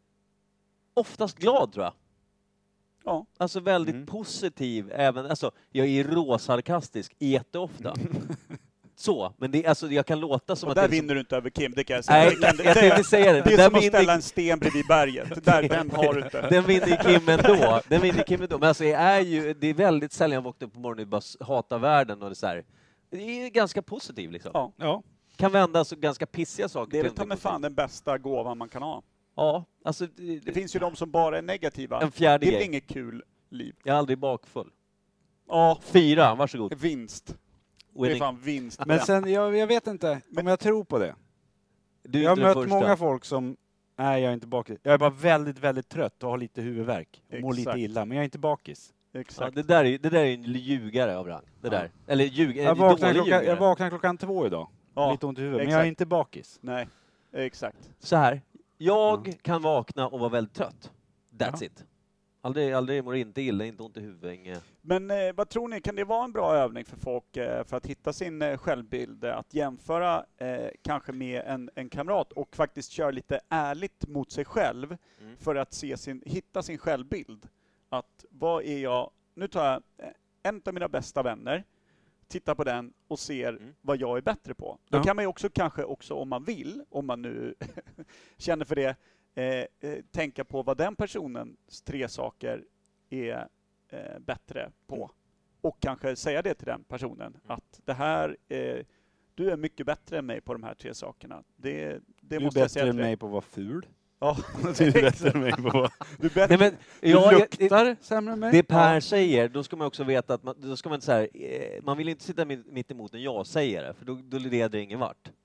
oftast glad, tror jag. Ja. Alltså väldigt Mm. positiv, även, alltså jag är råsarkastisk jätteofta. Så, men det, alltså, jag kan låta som Och att... där det är vinner du inte över Kim, det kan jag säga. Nej, det, kan, jag tänkte det, säga det. det är Där som att vinner- ställa en sten bredvid berget. Där, den har du inte. Den vinner Kim ändå. Den vinner Kim ändå. Men alltså, jag är ju, det är väldigt sällan jag vaknar upp på morgonen och bara s- hatar världen och det är så här. Det är ganska positiv liksom. Ja. Ja. Kan vända alltså ganska pissiga saker Det är väl till ta något med fan positivt. den bästa gåvan man kan ha. Ja, alltså... Det, Det finns ju de som bara är negativa. en fjärde Det är väl grej. inget kul liv. Jag är aldrig bakfull. Ja, Fyra, varsågod. vinst. Det är Winning. fan vinst. Men sen, jag, jag vet inte om jag tror på det. Du är Jag har inte den mött första. många folk som, nej jag är inte bakis. Jag är bara väldigt, väldigt trött och har lite huvudvärk. Och mår lite Exakt. illa, men jag är inte bakis. Ja, Exakt. det, där är, det där är en ljugare av rang. Det Ja. där. Eller ljug, Jag en vaknade, dålig klockan, ljugare. jag vaknade klockan två idag. Ja, Lite ont i huvudet, men exakt. jag är inte bakis. Nej, exakt. Så här. Jag Ja. kan vakna och vara väldigt trött. That's Ja. it. Aldrig, aldrig mår inte illa, inte ont i huvudet. Inget. Men eh, vad tror ni, kan det vara en bra övning för folk eh, för att hitta sin eh, självbild? Eh, att jämföra eh, kanske med en, en kamrat och faktiskt köra lite ärligt mot sig själv Mm. för att se sin, hitta sin självbild. Att vad är jag, nu tar jag eh, en av mina bästa vänner, tittar på den och ser Mm. vad jag är bättre på. Då Ja. kan man ju också kanske också om man vill, om man nu känner för det, eh, eh, tänka på vad den personens tre saker är eh, bättre på. Mm. Och kanske säga det till den personen, att det här, eh, du är mycket bättre än mig på de här tre sakerna. Det, det Du är måste jag bättre säga än till dig. mig på att vara ful. Ja. Du är bättre än mig på att vara... Du är bättre. Nej, men, Du ja, jag- luktar sämre än mig. det Per Ja. säger, då ska man också veta att man, då ska man inte så här, eh, man vill inte sitta mitt, mitt emot en ja-sägare, för då, då leder det ingen vart.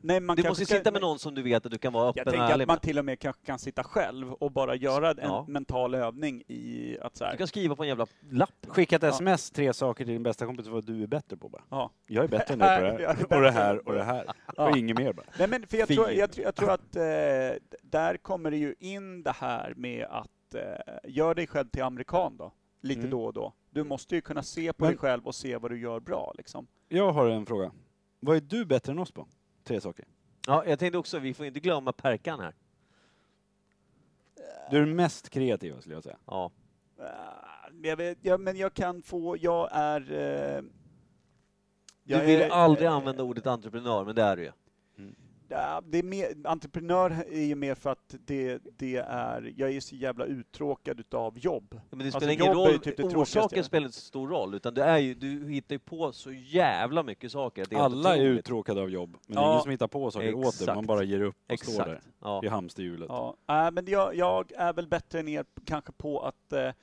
Nej, man Du kanske måste ska- sitta med någon som du vet att du kan vara Jag öppen och tänker ärlig att man med. till och med kanske kan sitta själv och bara göra en Ja. mental övning i att så här, Du kan skriva på en jävla lapp. Skicka ett Ja. sms, tre saker till din bästa kompis vad du är bättre på bara. ja. Jag är bättre än dig på det Jag är här. bättre Och det än dig här på och det det. här. Ja. Och inget mer bara. Nej, men för jag, Fin. tror, jag, tror, jag tror att eh, där kommer det ju in det här med att eh, gör dig själv till amerikan då, lite Mm. då och då. Du måste ju kunna se på Men- dig själv och se vad du gör bra liksom. Jag har en fråga. Vad är du bättre än oss på? Tre saker. Ja, jag tänkte också, vi får inte glömma Perkan här. Du är den mest kreativa skulle jag säga. Ja. Uh, jag vet, ja, men jag kan få, jag är... Eh, Du jag vill är, aldrig eh, använda ordet entreprenör, men det är du ju. Ja, det är mer, entreprenör är ju mer för att det, det är, jag är så jävla uttråkad utav jobb. Men det Alltså, spelar ingen jobb är ju roll, typ det orsaken tråkigaste. spelar inte så stor roll, utan du, är ju, du hittar ju på så jävla mycket saker. Det är helt Alla är otroligt. uttråkade av jobb, men det är Ja. ingen som hittar på saker åt det. Exakt. Man bara ger upp och står där Exakt. Ja. vid hamsterhjulet. Ja, äh, men jag, jag är väl bättre än er kanske på att eh,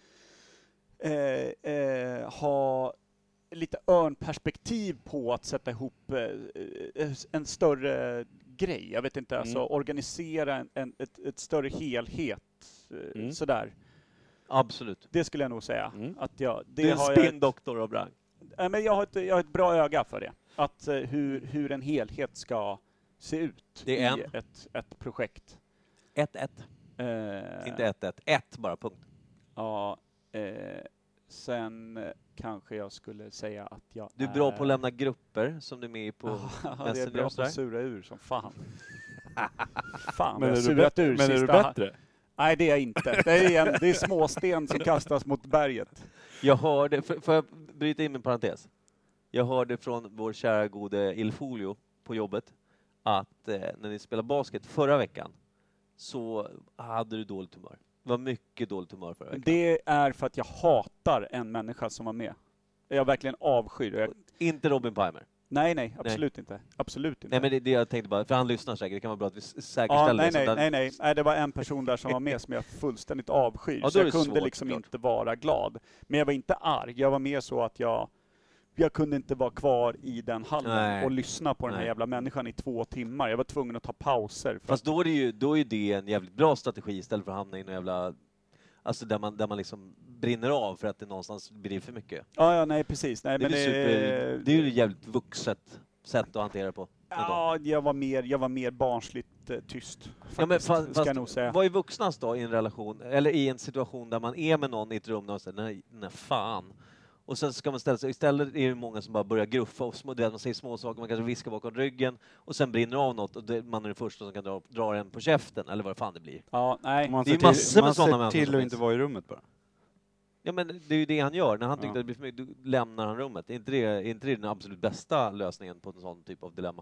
eh, eh, ha lite örnperspektiv på att sätta ihop eh, en större grej. Jag vet inte, Mm. alltså organisera en, en, ett, ett större helhet. eh, Mm. Sådär. Absolut. Det skulle jag nog säga. Mm. Att jag, det Du är en har jag, spinndoktor av rang. äh, men jag, har ett, jag har ett bra öga för det. Att eh, hur, hur en helhet ska se ut Det är i en. ett, ett projekt. ett ett. Eh, Inte ett ett. ett bara, punkt. Ja, eh, sen eh, kanske jag skulle säga att jag Du är bra är... på att lämna grupper som du är med i på Ja, det är Messenger bra och på sådär. att sura ur som fan. Fan, Men vad är, jag du surat bättre, ur men är du sista... bättre? Nej, det är jag inte. Det är, en, det är småsten som kastas mot berget. Jag hörde, får får jag bryta in min parentes? Jag hörde från vår kära gode Ilfolio på jobbet att eh, när ni spelade basket förra veckan så hade du dåligt humör. Det var mycket dåligt humör förra veckan. Det är för att jag hatar en människa som var med. Jag verkligen avskyr. Jag... Inte Robin Pimer. Nej, nej, absolut inte. Absolut inte. Nej, men det, det jag tänkte bara, för han lyssnar säkert, det kan vara bra att vi s- Ja, säkerställer nej, det. så nej, att- nej, nej, nej. Det var en person där som var med som jag fullständigt avskyr. Ja, då så är jag det kunde svårt, liksom såklart. inte vara glad. Men jag var inte arg. Jag var mer så att jag, jag kunde inte vara kvar i den hallen Nej. och lyssna på den här Nej. jävla människan i två timmar. Jag var tvungen att ta pauser. För Fast då är, det ju, då är ju det en jävligt bra strategi istället för att hamna i någon jävla... Alltså där man, där man liksom brinner av för att det någonstans blir för mycket. Ja, ja, nej precis. Nej, Det är, men ju super, det är ju ett jävligt vuxet sätt att hantera det på. Ja, jag var mer, jag var mer barnsligt eh, tyst. Faktiskt, Ja, men fast, ska fast jag nog säga. vad är vuxnast då i en relation, eller i en situation där man är med någon i ett rum och säger nej, nej fan. Och sen ska man ställa sig, istället är det många som bara börjar gruffa och små, du vet, man säger små saker, man kanske viskar bakom ryggen och sen brinner av något och det, man är den första som kan dra, dra en på käften, eller vad fan det blir. Ja, nej. Man Det är ser massor till, med man sådana ser människor till som att finns. inte vara i rummet bara. Ja, men det är ju det han gör, när han tyckte Ja. att det blir för mycket, då lämnar han rummet. Är inte det, är inte det den absolut bästa lösningen på en sån typ av dilemma?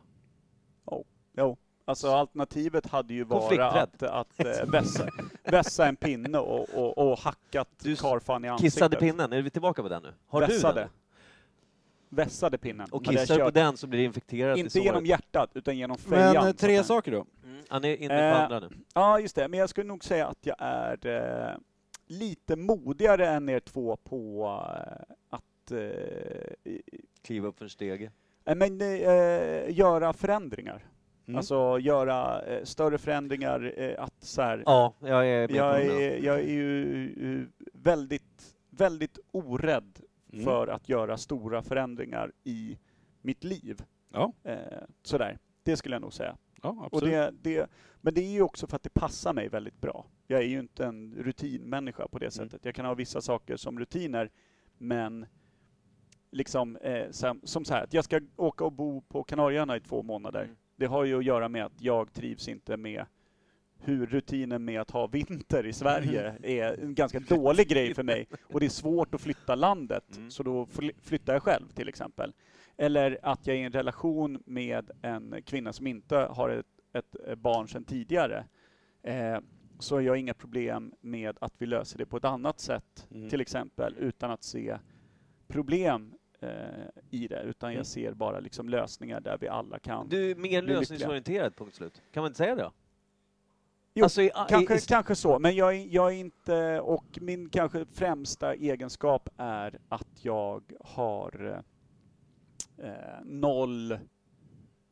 Jo. Alltså alternativet hade ju varit Konflikträdd. att, att äh, vässa, vässa en pinne och, och, och hackat Du karlfan i ansiktet. Kissade pinnen, är vi tillbaka på den nu? Har Vässade. du den? Vässade pinnen. Och Hade jag kissar du på kört. den så blir det infekterat i Inte såret. genom hjärtat, utan genom fejan. Men eh, tre Så att- saker då. Mm. Han är inne på Eh, andra nu. Ja, just det. Men jag skulle nog säga att jag är eh, lite modigare än er två på eh, att eh, i- Kliva upp för en stege. eh, men, eh, göra förändringar. Mm. Alltså göra eh, större förändringar. Eh, att så här, Ja, jag är med jag, på det. är, jag är ju eh, väldigt, väldigt orädd Mm. för att göra stora förändringar i mitt liv. Ja, Eh, sådär. Det skulle jag nog säga. ja Och absolut. det, det, men det är ju också för att det passar mig väldigt bra. Jag är ju inte en rutinmänniska på det Mm. sättet. Jag kan ha vissa saker som rutiner, men liksom eh, som, som så här, att jag ska åka och bo på Kanarieöarna i två månader. Mm. Det har ju att göra med att jag trivs inte med hur rutinen med att ha vinter i Sverige Mm. är en ganska dålig grej för mig. Och det är svårt att flytta landet, Mm. så då fly- flyttar jag själv till exempel. Eller att jag är i en relation med en kvinna som inte har ett, ett barn sedan tidigare. Eh, så jag har inga problem med att vi löser det på ett annat sätt, Mm. till exempel, utan att se problem eh, i det. Utan Mm. jag ser bara liksom lösningar där vi alla kan. Du är mer bli lösningsorienterad, punkt slut. Kan man inte säga det då? Jo, alltså, i, Kanske, i, i, kanske så, men jag, är- jag är inte, och min kanske främsta egenskap är att jag har eh, noll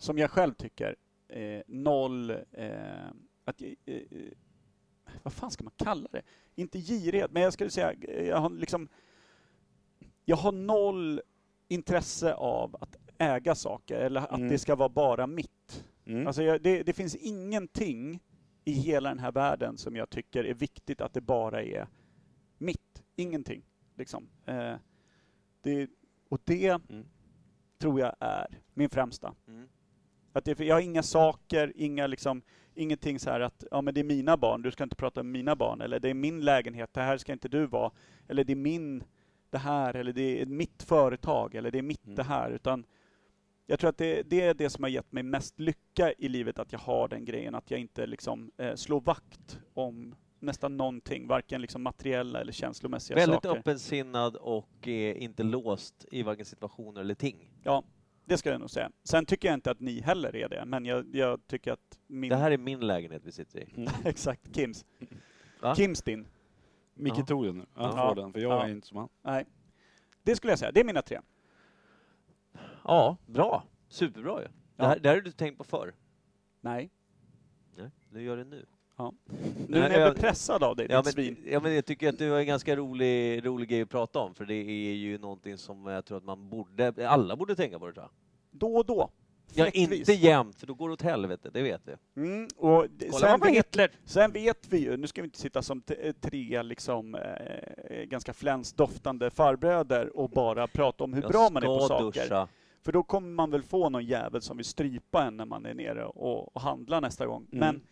som jag själv tycker, eh, noll, eh, att, eh, vad fan ska man kalla det? Inte girighet, men jag skulle säga, jag har liksom, jag har noll intresse av att äga saker, eller att Mm. det ska vara bara mitt. Mm. Alltså jag, det, det finns ingenting i hela den här världen som jag tycker är viktigt att det bara är mitt. Ingenting. Liksom. Eh, det, och det Mm. tror jag är min främsta. Mm. Att det, jag har inga saker, inga liksom, ingenting så här att ja, men det är mina barn, du ska inte prata med mina barn. Eller det är min lägenhet, det här ska inte du vara. Eller det är min det här, eller det är mitt företag, eller det är mitt Mm. det här. Utan jag tror att det, det är det som har gett mig mest lycka i livet, att jag har den grejen, att jag inte liksom eh, slår vakt om nästan någonting, varken liksom materiella eller känslomässiga Väldigt saker. öppensinnad och eh, inte låst i varken situationer eller ting. Ja, det ska jag nog säga. Sen tycker jag inte att ni heller är det, men jag, jag tycker att min... Det här är min lägenhet vi sitter i. Mm. Exakt, Kims. Va? Kims din. Micke Ja. tog den nu. Han Ja. får den, för jag Ja. är inte som han. Nej. Det skulle jag säga, det är mina tre. Ja, bra. Superbra ju. Det, Ja. här, det här har du tänkt på förr. Nej. Nej, du gör det nu. Nu Nej, när jag jag- blir pressad av dig, Ja ditt men, svin. ja, men jag tycker att du har en ganska rolig, rolig grej att prata om, för det är ju någonting som jag tror att man borde, alla borde tänka på det, tror jag. Då och då. Ja, Fläckvis. inte jämt, för då går det åt helvete, det vet vi. Mm, och d- Kolla sen, vad vet, Hitler! sen vet vi ju, nu ska vi inte sitta som t- tre liksom, eh, ganska flänsdoftande farbröder och bara prata om hur Jag bra man är på ska saker. duscha. För då kommer man väl få någon jävel som vill strypa en när man är nere och, och handlar nästa gång. Mm. Men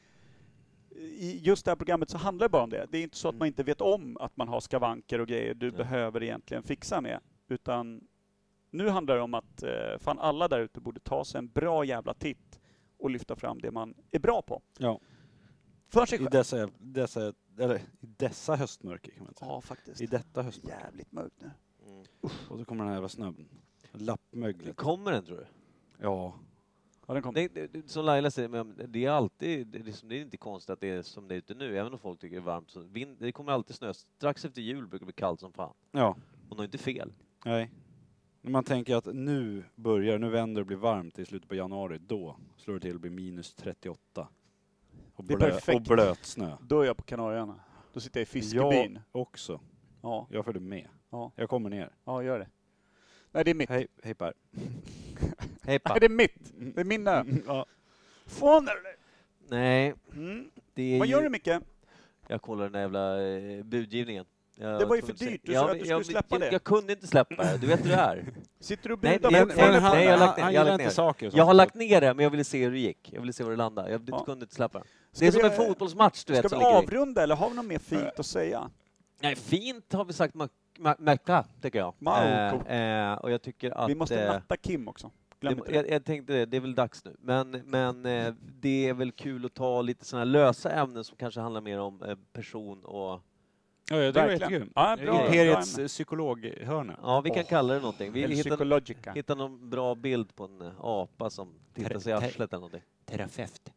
i just det här programmet så handlar det bara om det. Det är inte så att Mm. man inte vet om att man har skavanker och grejer du Nej. behöver egentligen fixa med. Utan nu handlar det om att eh, fan alla där ute borde ta sig en bra jävla titt och lyfta fram det man är bra på. Ja. För sig I själv. dessa, dessa, eller, i dessa höstmörker kan man säga. Ja, faktiskt. I detta höstmörker. Jävligt mörkt nu. Mm. Och så kommer den här jävla snubben. Lappmöglet. Kommer den, tror du? Ja. Ja, den kom. Det, det, som Laila säger, men det är alltid, det är, liksom, det är inte konstigt att det är som det är ute nu, även om folk tycker det är varmt. Så vind, det kommer alltid snö. Strax efter jul brukar det bli kallt som fan. Ja. Hon har inte fel. Nej. När man tänker att nu börjar, nu vänder det och blir varmt i slutet på januari, då slår det till att bli minus trettioåtta. Och, Det är blö, perfekt. och blöt snö. Då är jag på Kanarieöarna. Då sitter jag i fiskebyn. Jag också. Ja, Jag följer med. ja, Jag kommer ner. ja, gör det. Nej, det är mitt. Hej, hej Per. Hejpa. Nej, det är mitt. Det är min ö. Ja. Fan är det. Nej, Mm. det är Vad ju... gör du, Micke? Jag kollar den där jävla eh, budgivningen. Jag Det var ju tvungen för att se- dyrt. Du Ja, sa men att du skulle jag, släppa jag, det. Jag kunde inte släppa det. Du vet hur det är. Sitter du och Nej, budar nej, fortfarande? nej, nej, jag har lagt ner. Han Jag har gillar lagt inte ner. saker och Jag har sånt. lagt ner det, men jag ville se hur det gick. Jag ville se var det landade. Jag Ja. kunde inte släppa det. Ska Det är som vi- en fotbollsmatch, du vet. Ska som vi ligger i. avrunda eller har vi något mer fint att säga? Nej, fint har vi sagt ma- ma- Mecka, tycker jag. Marocko. Eh, eh, och jag tycker att... Vi måste eh, natta Kim också. Glöm det, inte det. jag, jag tänkte det, det är väl dags nu. Men, men eh, det är väl kul att ta lite sådana lösa ämnen som kanske handlar mer om eh, person och... Ja, jag tycker det var Verkligen. jättekul. Ja, bra. Imperiets Bra ämne. psykologhörna. Ja, vi kan Åh. kalla det någonting. Vi Eller hittar, psykologica. hittar någon bra bild på en eh, apa som tittar sig i Ter- ter- arslet eller någonting. Terapeut.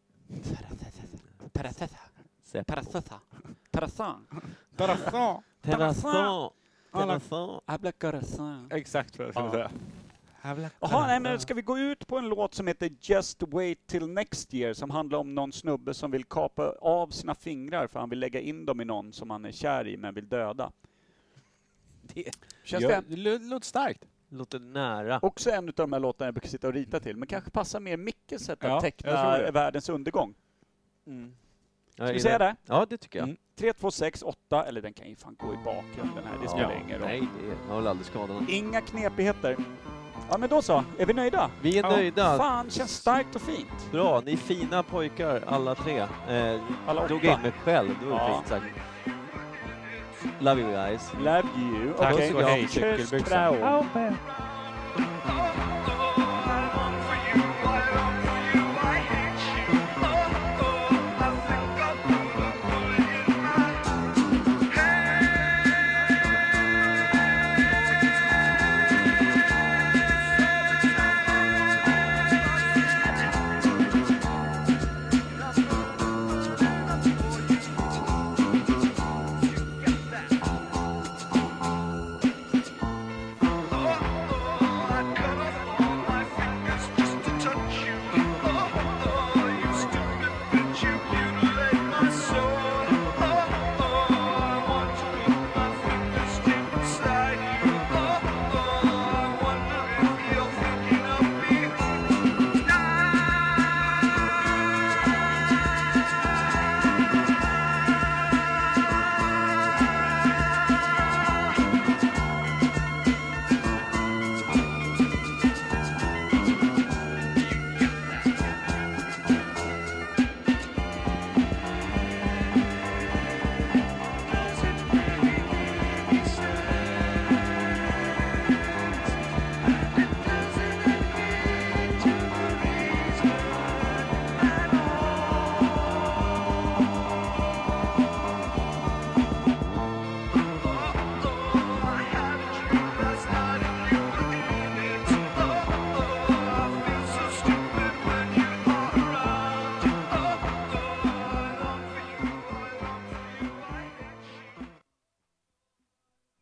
Seppo. Parasata. Parasan. Parasson. Terrasson. Alla- Terrasson. Habla corazon. Exakt vad jag skulle Ja. säga. Jaha, nej, men ska vi gå ut på en låt som heter Just Wait Till Next Year, som handlar om någon snubbe som vill kapa av sina fingrar för han vill lägga in dem i någon som han är kär i men vill döda. Det Känns Ja, det? det lå- låter starkt. låter nära. Också en av de här låtarna jag brukar sitta och rita till, men kanske passar mer Mickes sätt att Ja, jag teckna tror det. världens undergång. Ja, Ska vi jag säga gillar- det? Ja, det tycker jag. Mm. tre, två, sex, åtta, eller den kan ju fan gå i bakgrunden här, det spelar Ja. ingen roll. Nej, det har väl aldrig skadat någon. Inga knepigheter. Ja, men då så. Är vi nöjda? Vi är Ja, nöjda. Fan, känns starkt och fint. Bra, ni är fina pojkar alla tre. Eh, Alla drog åtta. in mig själv, det var Ja. fint sagt. Love you guys. Love you. Tack Okej. och hej, Puss, cykelbyxan. ciao. Au,